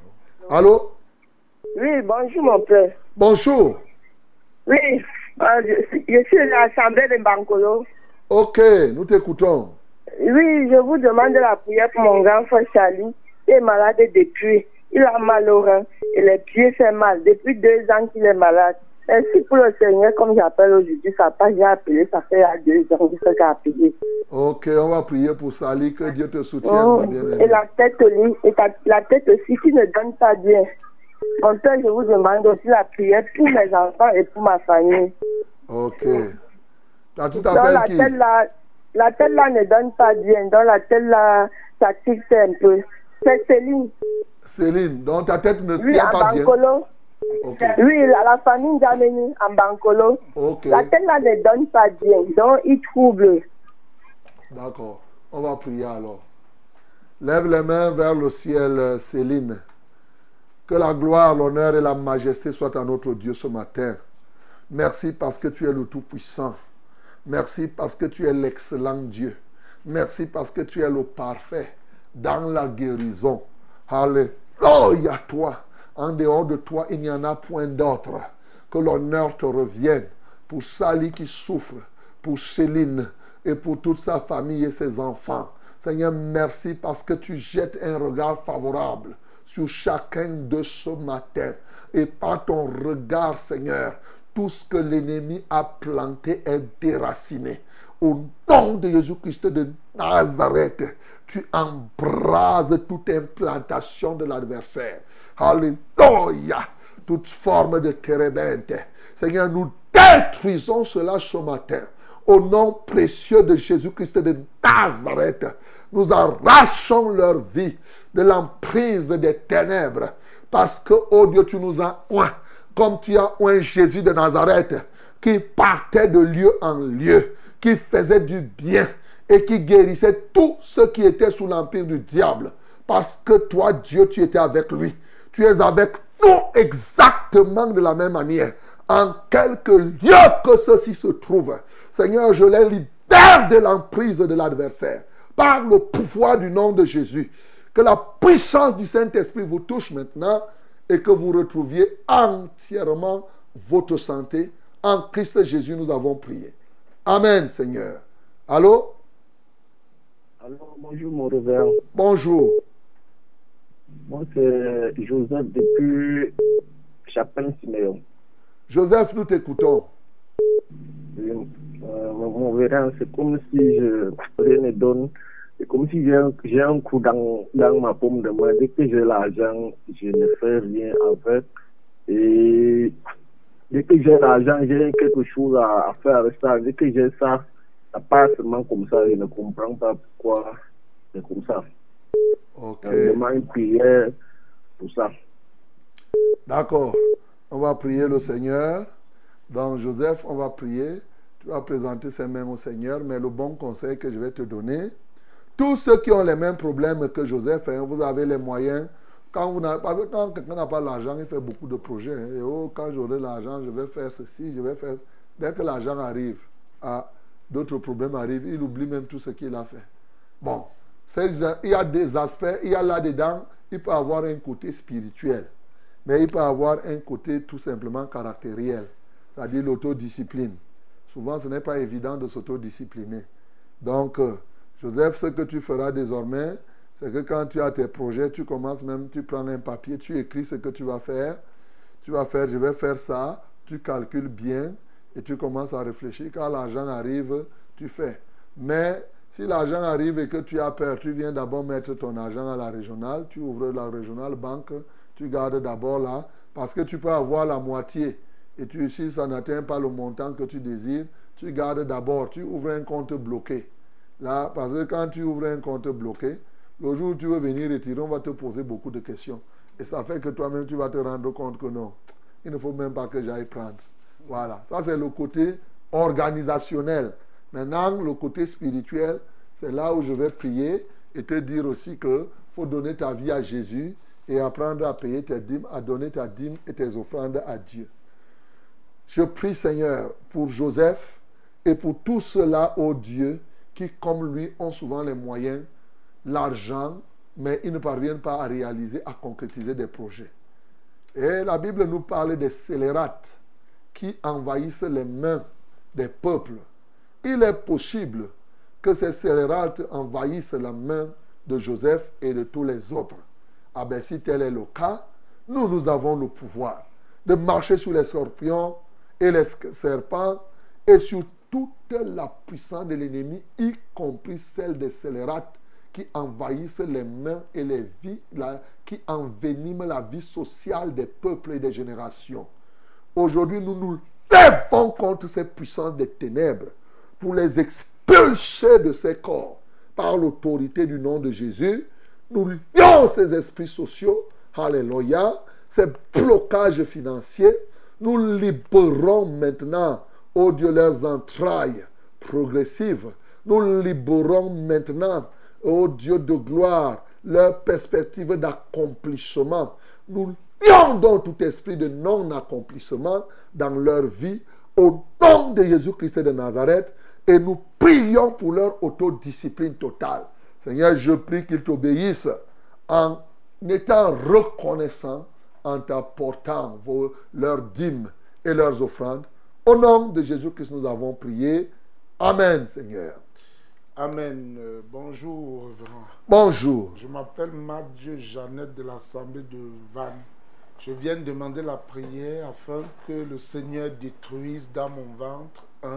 Allô? Oui, bonjour, mon père. Bonjour. Oui, euh, je, je suis à l'Assemblée de Bankolo. Ok, nous t'écoutons. Oui, je vous demande la prière pour mon grand frère Charlie. Il est malade depuis. Il a mal au rein et les pieds fait mal. Depuis deux ans qu'il est malade. Merci pour le Seigneur, comme j'appelle aujourd'hui, ça pas j'ai appelé, ça fait deux ans que j'ai appelé. Ok, on va prier pour Sali, que Dieu te soutienne, oh, ma bien-aimée. Et la tête, et ta, la tête aussi qui ne donne pas bien. Mon père, je vous demande aussi la prière pour mes enfants et pour ma famille. Ok. Là, tu Donc t'appelles la qui? tête là, la tête là ne donne pas bien. Donc la tête là, ça tique un peu. C'est Céline. Céline, donc ta tête ne oui, tient pas bien. Okay. Oui, la, la famille Djameni en Bankolo. Okay. La tête là ne donne pas bien, donc il trouble. D'accord, on va prier alors. Lève les mains vers le ciel, Céline. Que la gloire, l'honneur et la majesté soient à notre Dieu ce matin. Merci parce que tu es le Tout-Puissant. Merci parce que tu es l'excellent Dieu. Merci parce que tu es le parfait dans la guérison. Alléluia, toi. En dehors de toi, il n'y en a point d'autre. Que l'honneur te revienne pour Sali qui souffre, pour Céline et pour toute sa famille et ses enfants. Seigneur, merci parce que tu jettes un regard favorable sur chacun de ce matin. Et par ton regard, Seigneur, tout ce que l'ennemi a planté est déraciné. Au nom de Jésus-Christ de Nazareth, tu embrases toute implantation de l'adversaire. Alléluia. Toute forme de térébente. Seigneur, nous détruisons cela ce matin. Au nom précieux de Jésus-Christ de Nazareth, nous arrachons leur vie de l'emprise des ténèbres. Parce que, oh Dieu, tu nous as oint, comme tu as oint Jésus de Nazareth, qui partait de lieu en lieu, qui faisait du bien et qui guérissait tous ceux qui étaient sous l'empire du diable. Parce que toi, Dieu, tu étais avec lui. Tu es avec nous exactement de la même manière. En quelque lieu que ceci se trouve, Seigneur, je les libère de l'emprise de l'adversaire. Par le pouvoir du nom de Jésus. Que la puissance du Saint-Esprit vous touche maintenant et que vous retrouviez entièrement votre santé. En Christ Jésus, nous avons prié. Amen, Seigneur. Allô? Allô, bonjour, mon révérend. Bonjour. Moi, c'est Joseph depuis Chapin-Siméon. Joseph, nous t'écoutons. Euh, mon révérend, c'est comme si je rien ne donne. C'est comme si j'ai un, j'ai un coup dans, dans ma paume de main. Dès que j'ai l'argent, je ne fais rien avec. Et dès que j'ai l'argent, j'ai quelque chose à, à faire avec ça. Dès que j'ai ça, ça passe seulement comme ça. Je ne comprends pas pourquoi c'est comme ça. Ok. Je demande une prière pour ça. D'accord. On va prier le Seigneur. Donc, Joseph, on va prier. Tu vas présenter ces mains au Seigneur. Mais le bon conseil que je vais te donner, tous ceux qui ont les mêmes problèmes que Joseph, hein, vous avez les moyens. Quand vous n'avez, parce que quand quelqu'un n'a pas l'argent, il fait beaucoup de projets. Hein. Et oh, quand j'aurai l'argent, je vais faire ceci, je vais faire... Dès que l'argent arrive, ah, d'autres problèmes arrivent. Il oublie même tout ce qu'il a fait. Bon, il y a des aspects, il y a là-dedans, il peut avoir un côté spirituel. Mais il peut avoir un côté tout simplement caractériel. C'est-à-dire l'autodiscipline. Souvent, ce n'est pas évident de s'autodiscipliner. Donc, euh, Joseph, ce que tu feras désormais, c'est que quand tu as tes projets, tu commences même, tu prends un papier, tu écris ce que tu vas faire. Tu vas faire, je vais faire ça, tu calcules bien et tu commences à réfléchir. Quand l'argent arrive, tu fais. Mais si l'argent arrive et que tu as peur, tu viens d'abord mettre ton argent à la régionale, tu ouvres la régionale banque, tu gardes d'abord là, parce que tu peux avoir la moitié. Et tu, si ça n'atteint pas le montant que tu désires, tu gardes d'abord, tu ouvres un compte bloqué. Là, parce que quand tu ouvres un compte bloqué, le jour où tu veux venir retirer, on va te poser beaucoup de questions. Et ça fait que toi-même, tu vas te rendre compte que non, il ne faut même pas que j'aille prendre. Voilà, ça c'est le côté organisationnel. Maintenant, le côté spirituel, c'est là où je vais prier et te dire aussi qu'il faut donner ta vie à Jésus et apprendre à payer tes dîmes, à donner ta dîme et tes offrandes à Dieu. Je prie, Seigneur, pour Joseph et pour tous ceux-là, ô Dieu, qui, comme lui, ont souvent les moyens, l'argent, mais ils ne parviennent pas à réaliser, à concrétiser des projets. Et la Bible nous parle des scélérates qui envahissent les mains des peuples. Il est possible que ces scélérates envahissent la main de Joseph et de tous les autres. Ah ben si tel est le cas, nous, nous avons le pouvoir de marcher sur les scorpions et les serpents et sur toute la puissance de l'ennemi, y compris celle des scélérates qui envahissent les mains et les vies, la, qui enveniment la vie sociale des peuples et des générations. Aujourd'hui, nous nous levons contre ces puissances des ténèbres pour les expulser de ces corps par l'autorité du nom de Jésus. Nous lions ces esprits sociaux, alléluia, ces blocages financiers. Nous libérons maintenant, ô Dieu, leurs entrailles progressives. Nous libérons maintenant, ô Dieu de gloire, leur perspective d'accomplissement. Nous lions donc tout esprit de non-accomplissement dans leur vie au nom de Jésus-Christ de Nazareth et nous prions pour leur autodiscipline totale. Seigneur, je prie qu'ils t'obéissent en étant reconnaissants, en t'apportant vos, leurs dîmes et leurs offrandes. Au nom de Jésus-Christ, nous avons prié. Amen, Seigneur. Amen. Euh, bonjour, révérend. Bonjour. Je m'appelle Mathieu Jeannette de l'Assemblée de Vannes. Je viens demander la prière afin que le Seigneur détruise dans mon ventre un,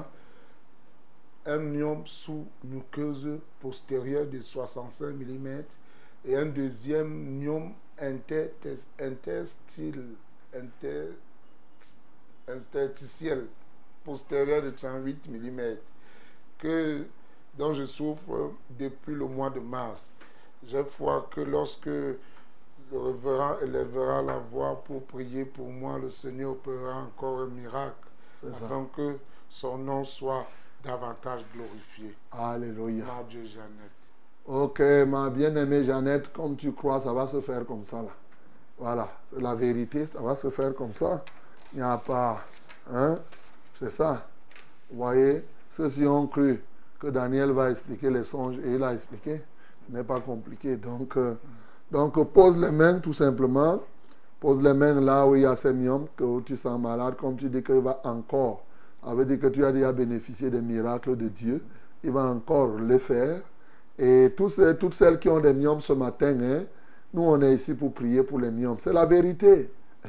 un myome sous-muqueuse postérieure de soixante-cinq millimètres et un deuxième myome interstitiel, inter, interstitiel postérieur de trente-huit millimètres que, dont je souffre depuis le mois de mars. J'ai foi que lorsque le révérend élèvera la voix pour prier pour moi, le Seigneur opérera encore un miracle afin que son nom soit davantage glorifié. Alléluia. Ma Dieu Jeannette. Ok, ma bien-aimée Jeannette, comme tu crois, ça va se faire comme ça là. Voilà, c'est la vérité, ça va se faire comme ça. Il n'y a pas... Hein? C'est ça. Vous voyez, ceux-ci ont cru que Daniel va expliquer les songes et il a expliqué. Ce n'est pas compliqué. Donc, euh, donc pose les mains tout simplement. Pose les mains là où il y a ces myomes, que où tu sens malade, comme tu dis qu'il va encore. Ça veut dire que tu as déjà bénéficié des miracles de Dieu. Il va encore les faire. Et tous ces, toutes celles qui ont des myomes ce matin, hein, nous on est ici pour prier pour les myomes. C'est la vérité.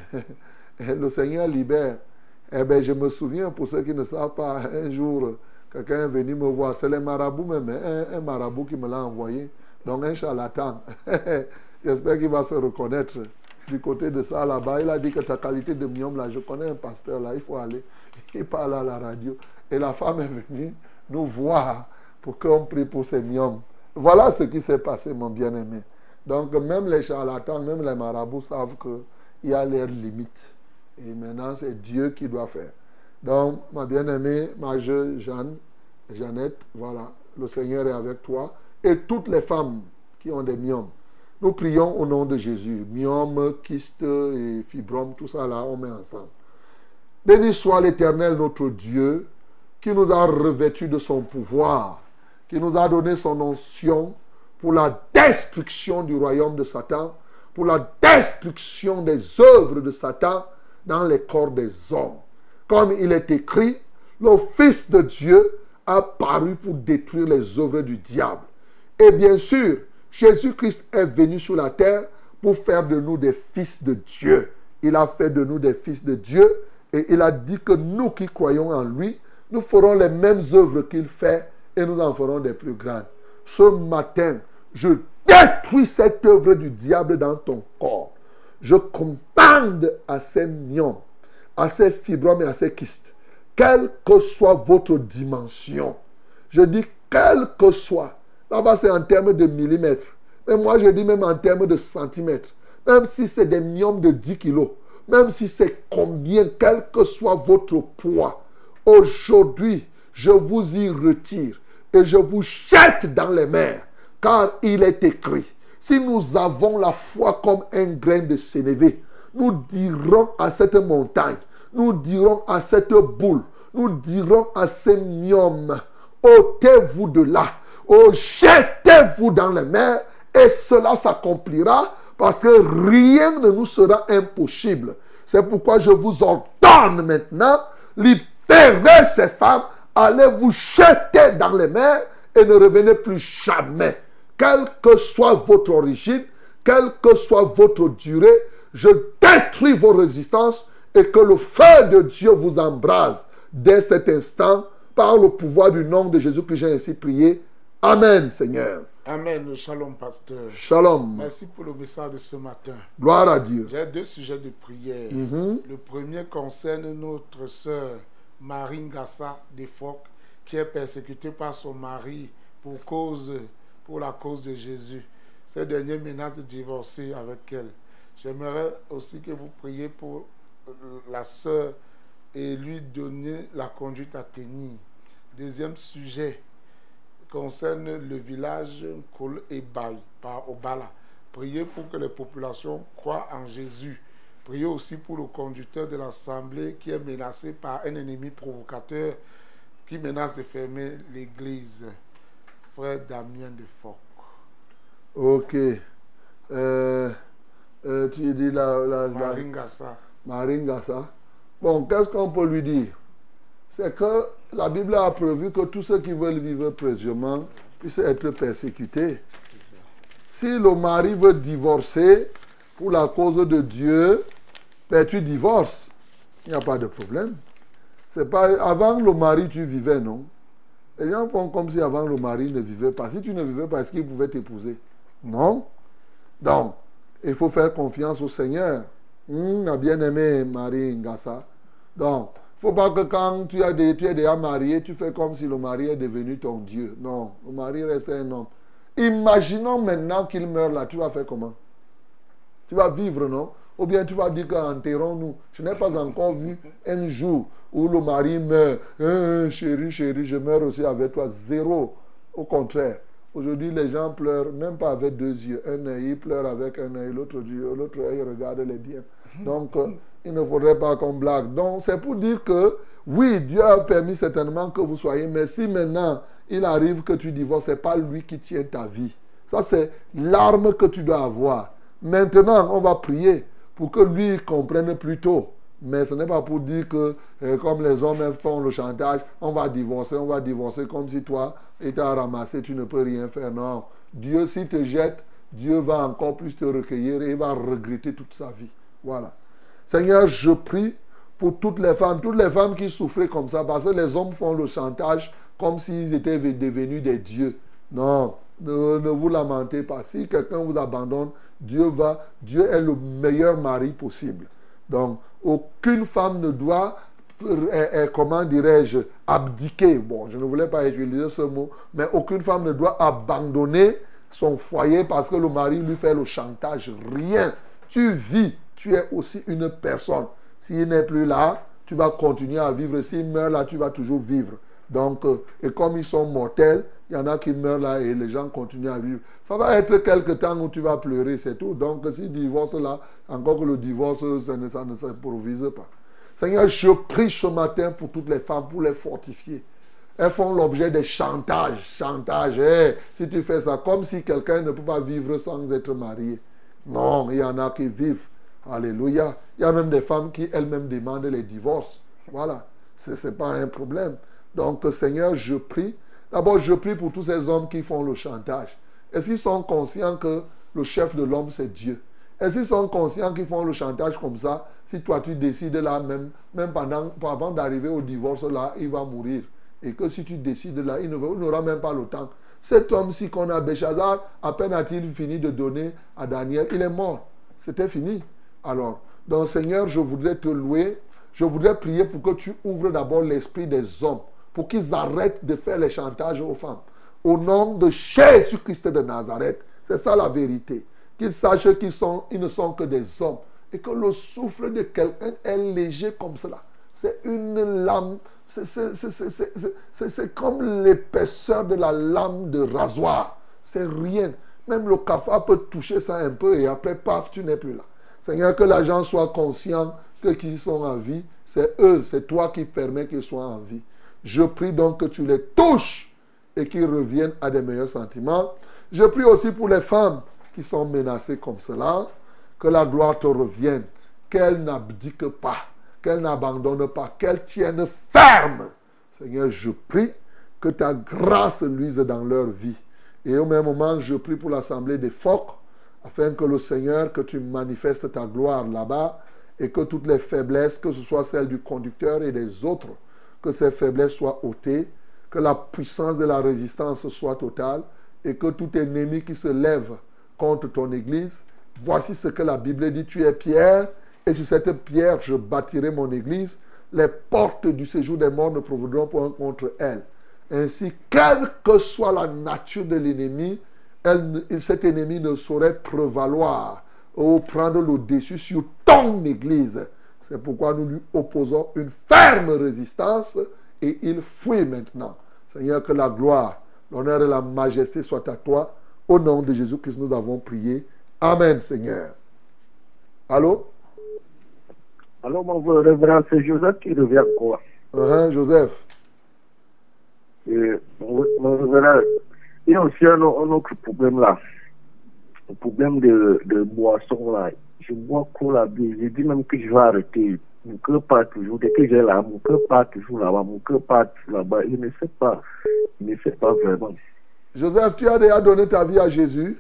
Le Seigneur libère. Eh bien, je me souviens, pour ceux qui ne savent pas, un jour, quelqu'un est venu me voir. C'est les marabouts même, un, un marabout qui me l'a envoyé. Donc un charlatan. J'espère qu'il va se reconnaître. du côté de ça là-bas. Il a dit que ta qualité de myome là, je connais un pasteur là, il faut aller. Il parle à la radio. Et la femme est venue nous voir pour qu'on prie pour ces myomes. Voilà ce qui s'est passé, mon bien-aimé. Donc, même les charlatans, même les marabouts savent qu'il y a leurs limites. Et maintenant, c'est Dieu qui doit faire. Donc, ma bien-aimée, ma jeune Jeanne, Jeannette, voilà, le Seigneur est avec toi. Et toutes les femmes qui ont des myomes, nous prions au nom de Jésus. Myome, kyste et fibrome, tout ça là, on met ensemble. Béni soit l'Éternel, notre Dieu, qui nous a revêtus de son pouvoir, qui nous a donné son onction pour la destruction du royaume de Satan, pour la destruction des œuvres de Satan dans les corps des hommes. Comme il est écrit, le Fils de Dieu a paru pour détruire les œuvres du diable. Et bien sûr, Jésus-Christ est venu sur la terre pour faire de nous des fils de Dieu. Il a fait de nous des fils de Dieu et il a dit que nous qui croyons en lui, nous ferons les mêmes œuvres qu'il fait et nous en ferons des plus grandes. Ce matin, je détruis cette œuvre du diable dans ton corps. Je commande à ces myomes, à ces fibromes et à ces kystes, quelle que soit votre dimension, je dis quelle que soit, là-bas c'est en termes de millimètres, mais moi je dis même en termes de centimètres, même si c'est des myomes de dix kilos, même si c'est combien, quel que soit votre poids, aujourd'hui, je vous y retire et je vous jette dans les mers, car il est écrit, si nous avons la foi comme un grain de sénévé, nous dirons à cette montagne, nous dirons à cette boule, nous dirons à ces myomes, ôtez-vous de là, oh, jetez-vous dans les mers, et cela s'accomplira, parce que rien ne nous sera impossible. C'est pourquoi je vous ordonne maintenant, libérez ces femmes, allez vous jeter dans les mers, et ne revenez plus jamais. Quelle que soit votre origine, quelle que soit votre durée, je détruis vos résistances et que le feu de Dieu vous embrase dès cet instant par le pouvoir du nom de Jésus que j'ai ainsi prié. Amen, Seigneur. Amen. Shalom, pasteur. Shalom. Merci pour le message de ce matin. Gloire à Dieu. J'ai deux sujets de prière. Mm-hmm. Le premier concerne notre sœur Marie Ngassa Desfoques, qui est persécutée par son mari pour, cause, pour la cause de Jésus. Cette dernière menace de divorcer avec elle. J'aimerais aussi que vous priez pour la sœur et lui donner la conduite à tenir. Deuxième sujet concerne le village Kol et Baï par Obala. Priez pour que les populations croient en Jésus. Priez aussi pour le conducteur de l'assemblée qui est menacé par un ennemi provocateur qui menace de fermer l'église. Frère Damien Desfoques. Ok. Euh, euh, tu dis la... la, la Marie Ngassa. Marie Ngassa. Bon, qu'est-ce qu'on peut lui dire? C'est que la Bible a prévu que tous ceux qui veulent vivre précieusement puissent être persécutés. Si le mari veut divorcer pour la cause de Dieu, ben tu divorces. Il n'y a pas de problème. C'est pas avant le mari tu vivais, non? Les gens font comme si avant le mari ne vivait pas. Si tu ne vivais pas, est-ce qu'il pouvait t'épouser? Non. Donc, il faut faire confiance au Seigneur. Hum, a bien aimé Marie Ngassa. Donc, il ne faut pas que quand tu, as des, tu es déjà marié, tu fais comme si le mari est devenu ton Dieu. Non, le mari reste un homme. Imaginons maintenant qu'il meurt là, tu vas faire comment? Tu vas vivre, non? Ou bien tu vas dire qu'enterrons-nous. Je n'ai pas encore vu un jour où le mari meurt. Eh, chérie, chérie, je meurs aussi avec toi. Zéro. Au contraire. Aujourd'hui, les gens pleurent, même pas avec deux yeux. Un œil, ils pleurent avec un œil, l'autre l'autre œil regarde les biens. Donc, euh, il ne faudrait pas qu'on blague. Donc, c'est pour dire que, oui, Dieu a permis certainement que vous soyez, mais si maintenant, il arrive que tu divorces, ce n'est pas lui qui tient ta vie. Ça, c'est l'arme que tu dois avoir. Maintenant, on va prier pour que lui comprenne plus tôt. Mais ce n'est pas pour dire que, euh, comme les hommes font le chantage, on va divorcer, on va divorcer, comme si toi, et t'as ramassé, tu ne peux rien faire. Non. Dieu, s'il te jette, Dieu va encore plus te recueillir et il va regretter toute sa vie. Voilà. Seigneur, je prie pour toutes les femmes, toutes les femmes qui souffraient comme ça, parce que les hommes font le chantage comme s'ils étaient devenus des dieux. Non. Ne, ne vous lamentez pas. Si quelqu'un vous abandonne, Dieu va, Dieu est le meilleur mari possible. Donc, aucune femme ne doit, euh, euh, comment dirais-je, abdiquer. Bon, je ne voulais pas utiliser ce mot, mais aucune femme ne doit abandonner son foyer parce que le mari lui fait le chantage. Rien. Tu vis, tu es aussi une personne. S'il n'est plus là, tu vas continuer à vivre. S'il meurt là, tu vas toujours vivre. Donc, euh, et comme ils sont mortels, il y en a qui meurent là et les gens continuent à vivre. Ça va être quelque temps où tu vas pleurer, c'est tout. Donc, si divorce là, encore que le divorce, ça ne, ça ne s'improvise pas. Seigneur, je prie ce matin pour toutes les femmes, pour les fortifier. Elles font l'objet des chantages. Chantage, hey, si tu fais ça, comme si quelqu'un ne peut pas vivre sans être marié. Non, il y en a qui vivent. Alléluia. Il y a même des femmes qui elles-mêmes demandent les divorces. Voilà. Ce n'est pas un problème. Donc, Seigneur, je prie. D'abord, je prie pour tous ces hommes qui font le chantage. Est-ce qu'ils sont conscients que le chef de l'homme, c'est Dieu? Est-ce qu'ils sont conscients qu'ils font le chantage comme ça? Si toi, tu décides là, même, même pendant, avant d'arriver au divorce, là, il va mourir. Et que si tu décides là, il n'aura même pas le temps. Cet homme-ci qu'on a, Béchazar, à peine a-t-il fini de donner à Daniel, il est mort. C'était fini. Alors, donc Seigneur, je voudrais te louer. Je voudrais prier pour que tu ouvres d'abord l'esprit des hommes, pour qu'ils arrêtent de faire les chantages aux femmes. Au nom de Jésus-Christ de Nazareth, c'est ça la vérité. Qu'ils sachent qu'ils sont, ils ne sont que des hommes. Et que le souffle de quelqu'un est léger comme cela. C'est une lame, c'est, c'est, c'est, c'est, c'est, c'est, c'est comme l'épaisseur de la lame de rasoir. C'est rien. Même le cafard peut toucher ça un peu et après, paf, tu n'es plus là. Seigneur, que les gens soient conscients que qu'ils sont en vie, c'est eux, c'est toi qui permets qu'ils soient en vie. Je prie donc que tu les touches et qu'ils reviennent à des meilleurs sentiments. Je prie aussi pour les femmes qui sont menacées comme cela, que la gloire te revienne, qu'elles n'abdiquent pas, qu'elles n'abandonnent pas, qu'elles tiennent ferme. Seigneur, je prie que ta grâce luise dans leur vie. Et au même moment, je prie pour l'assemblée des phoques, afin que le Seigneur, que tu manifestes ta gloire là-bas, et que toutes les faiblesses, que ce soit celles du conducteur et des autres, que ces faiblesses soient ôtées, que la puissance de la résistance soit totale, et que tout ennemi qui se lève contre ton Église, voici ce que la Bible dit, tu es pierre, et sur cette pierre je bâtirai mon Église, les portes du séjour des morts ne proviendront point contre elle. Ainsi, quelle que soit la nature de l'ennemi, elle, cet ennemi ne saurait prévaloir ou prendre le dessus sur ton Église. C'est pourquoi nous lui opposons une ferme résistance et il fuit maintenant. Seigneur, que la gloire, l'honneur et la majesté soient à toi. Au nom de Jésus-Christ, nous avons prié. Amen, Seigneur. Allô? Allô, mon révérend, c'est Joseph qui revient quoi? Uh-huh, Joseph. Et, mon, mon révérend, il y a aussi un, un autre problème là. Le problème de, de boisson là. Je bois trop la bière. Je dis même que je vais arrêter. Mon cœur part toujours. Dès que j'ai là, mon cœur part toujours là-bas. Mon cœur part toujours là-bas. Il ne sait pas. Il ne sait pas vraiment. Joseph, tu as déjà donné ta vie à Jésus?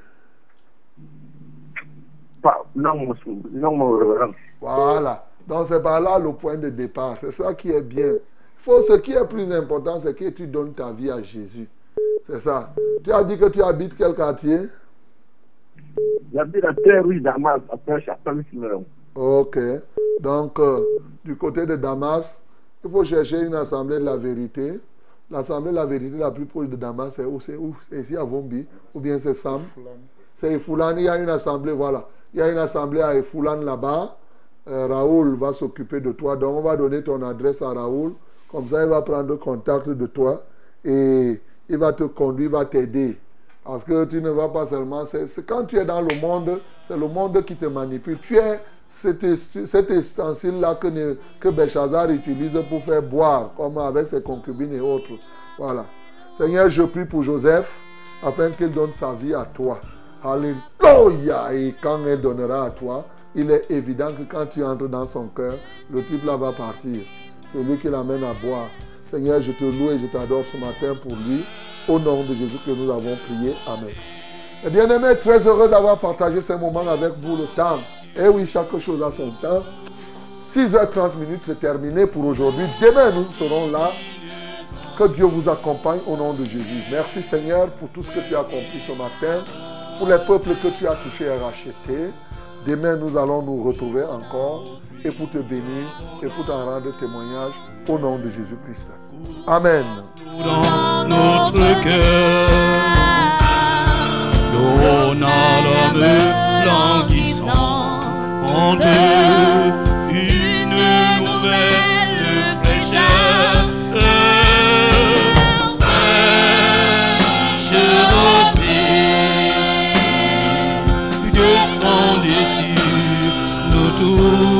Pas, non, mon, non, mon révérend. Voilà. Donc c'est par là le point de départ. C'est ça qui est bien. Faut, ce qui est plus important, c'est que tu donnes ta vie à Jésus. C'est ça. Tu as dit que tu habites quel quartier? J'habite à Terre-Rue, Damas, après Chapelle-Simeon. Ok. Donc, euh, du côté de Damas, il faut chercher une assemblée de la vérité. L'assemblée de la vérité la plus proche de Damas, c'est où? C'est où? C'est ici à Vombi. Ou bien c'est Sam? C'est Ifoulane. Il y a une assemblée, voilà. Il y a une assemblée à Ifoulane là-bas. Euh, Raoul va s'occuper de toi. Donc, on va donner ton adresse à Raoul. Comme ça, il va prendre contact de toi. Et il va te conduire, il va t'aider. Parce que tu ne vas pas seulement... C'est, c'est quand tu es dans le monde, c'est le monde qui te manipule. Tu es cet, cet ustensile-là que, ne, que Béchazar utilise pour faire boire, comme avec ses concubines et autres. Voilà. Seigneur, je prie pour Joseph, afin qu'il donne sa vie à toi. Alléluia. Et quand il donnera à toi, il est évident que quand tu entres dans son cœur, le type là va partir. C'est lui qui l'amène à boire. Seigneur, je te loue et je t'adore ce matin pour lui. Au nom de Jésus que nous avons prié. Amen. Et bien aimé, très heureux d'avoir partagé ce moment avec vous le temps. Et oui, chaque chose a son temps. six heures trente minutes, c'est terminé pour aujourd'hui. Demain, nous serons là Que Dieu vous accompagne au nom de Jésus. Merci Seigneur pour tout ce que tu as accompli ce matin, pour les peuples que tu as touchés et rachetés. Demain, nous allons nous retrouver encore et pour te bénir et pour t'en rendre témoignage au nom de Jésus-Christ. Amen. Dans notre cœur, l'eau n'a l'âme languissante, une nouvelle fraîcheur. Descendez sur nous tous.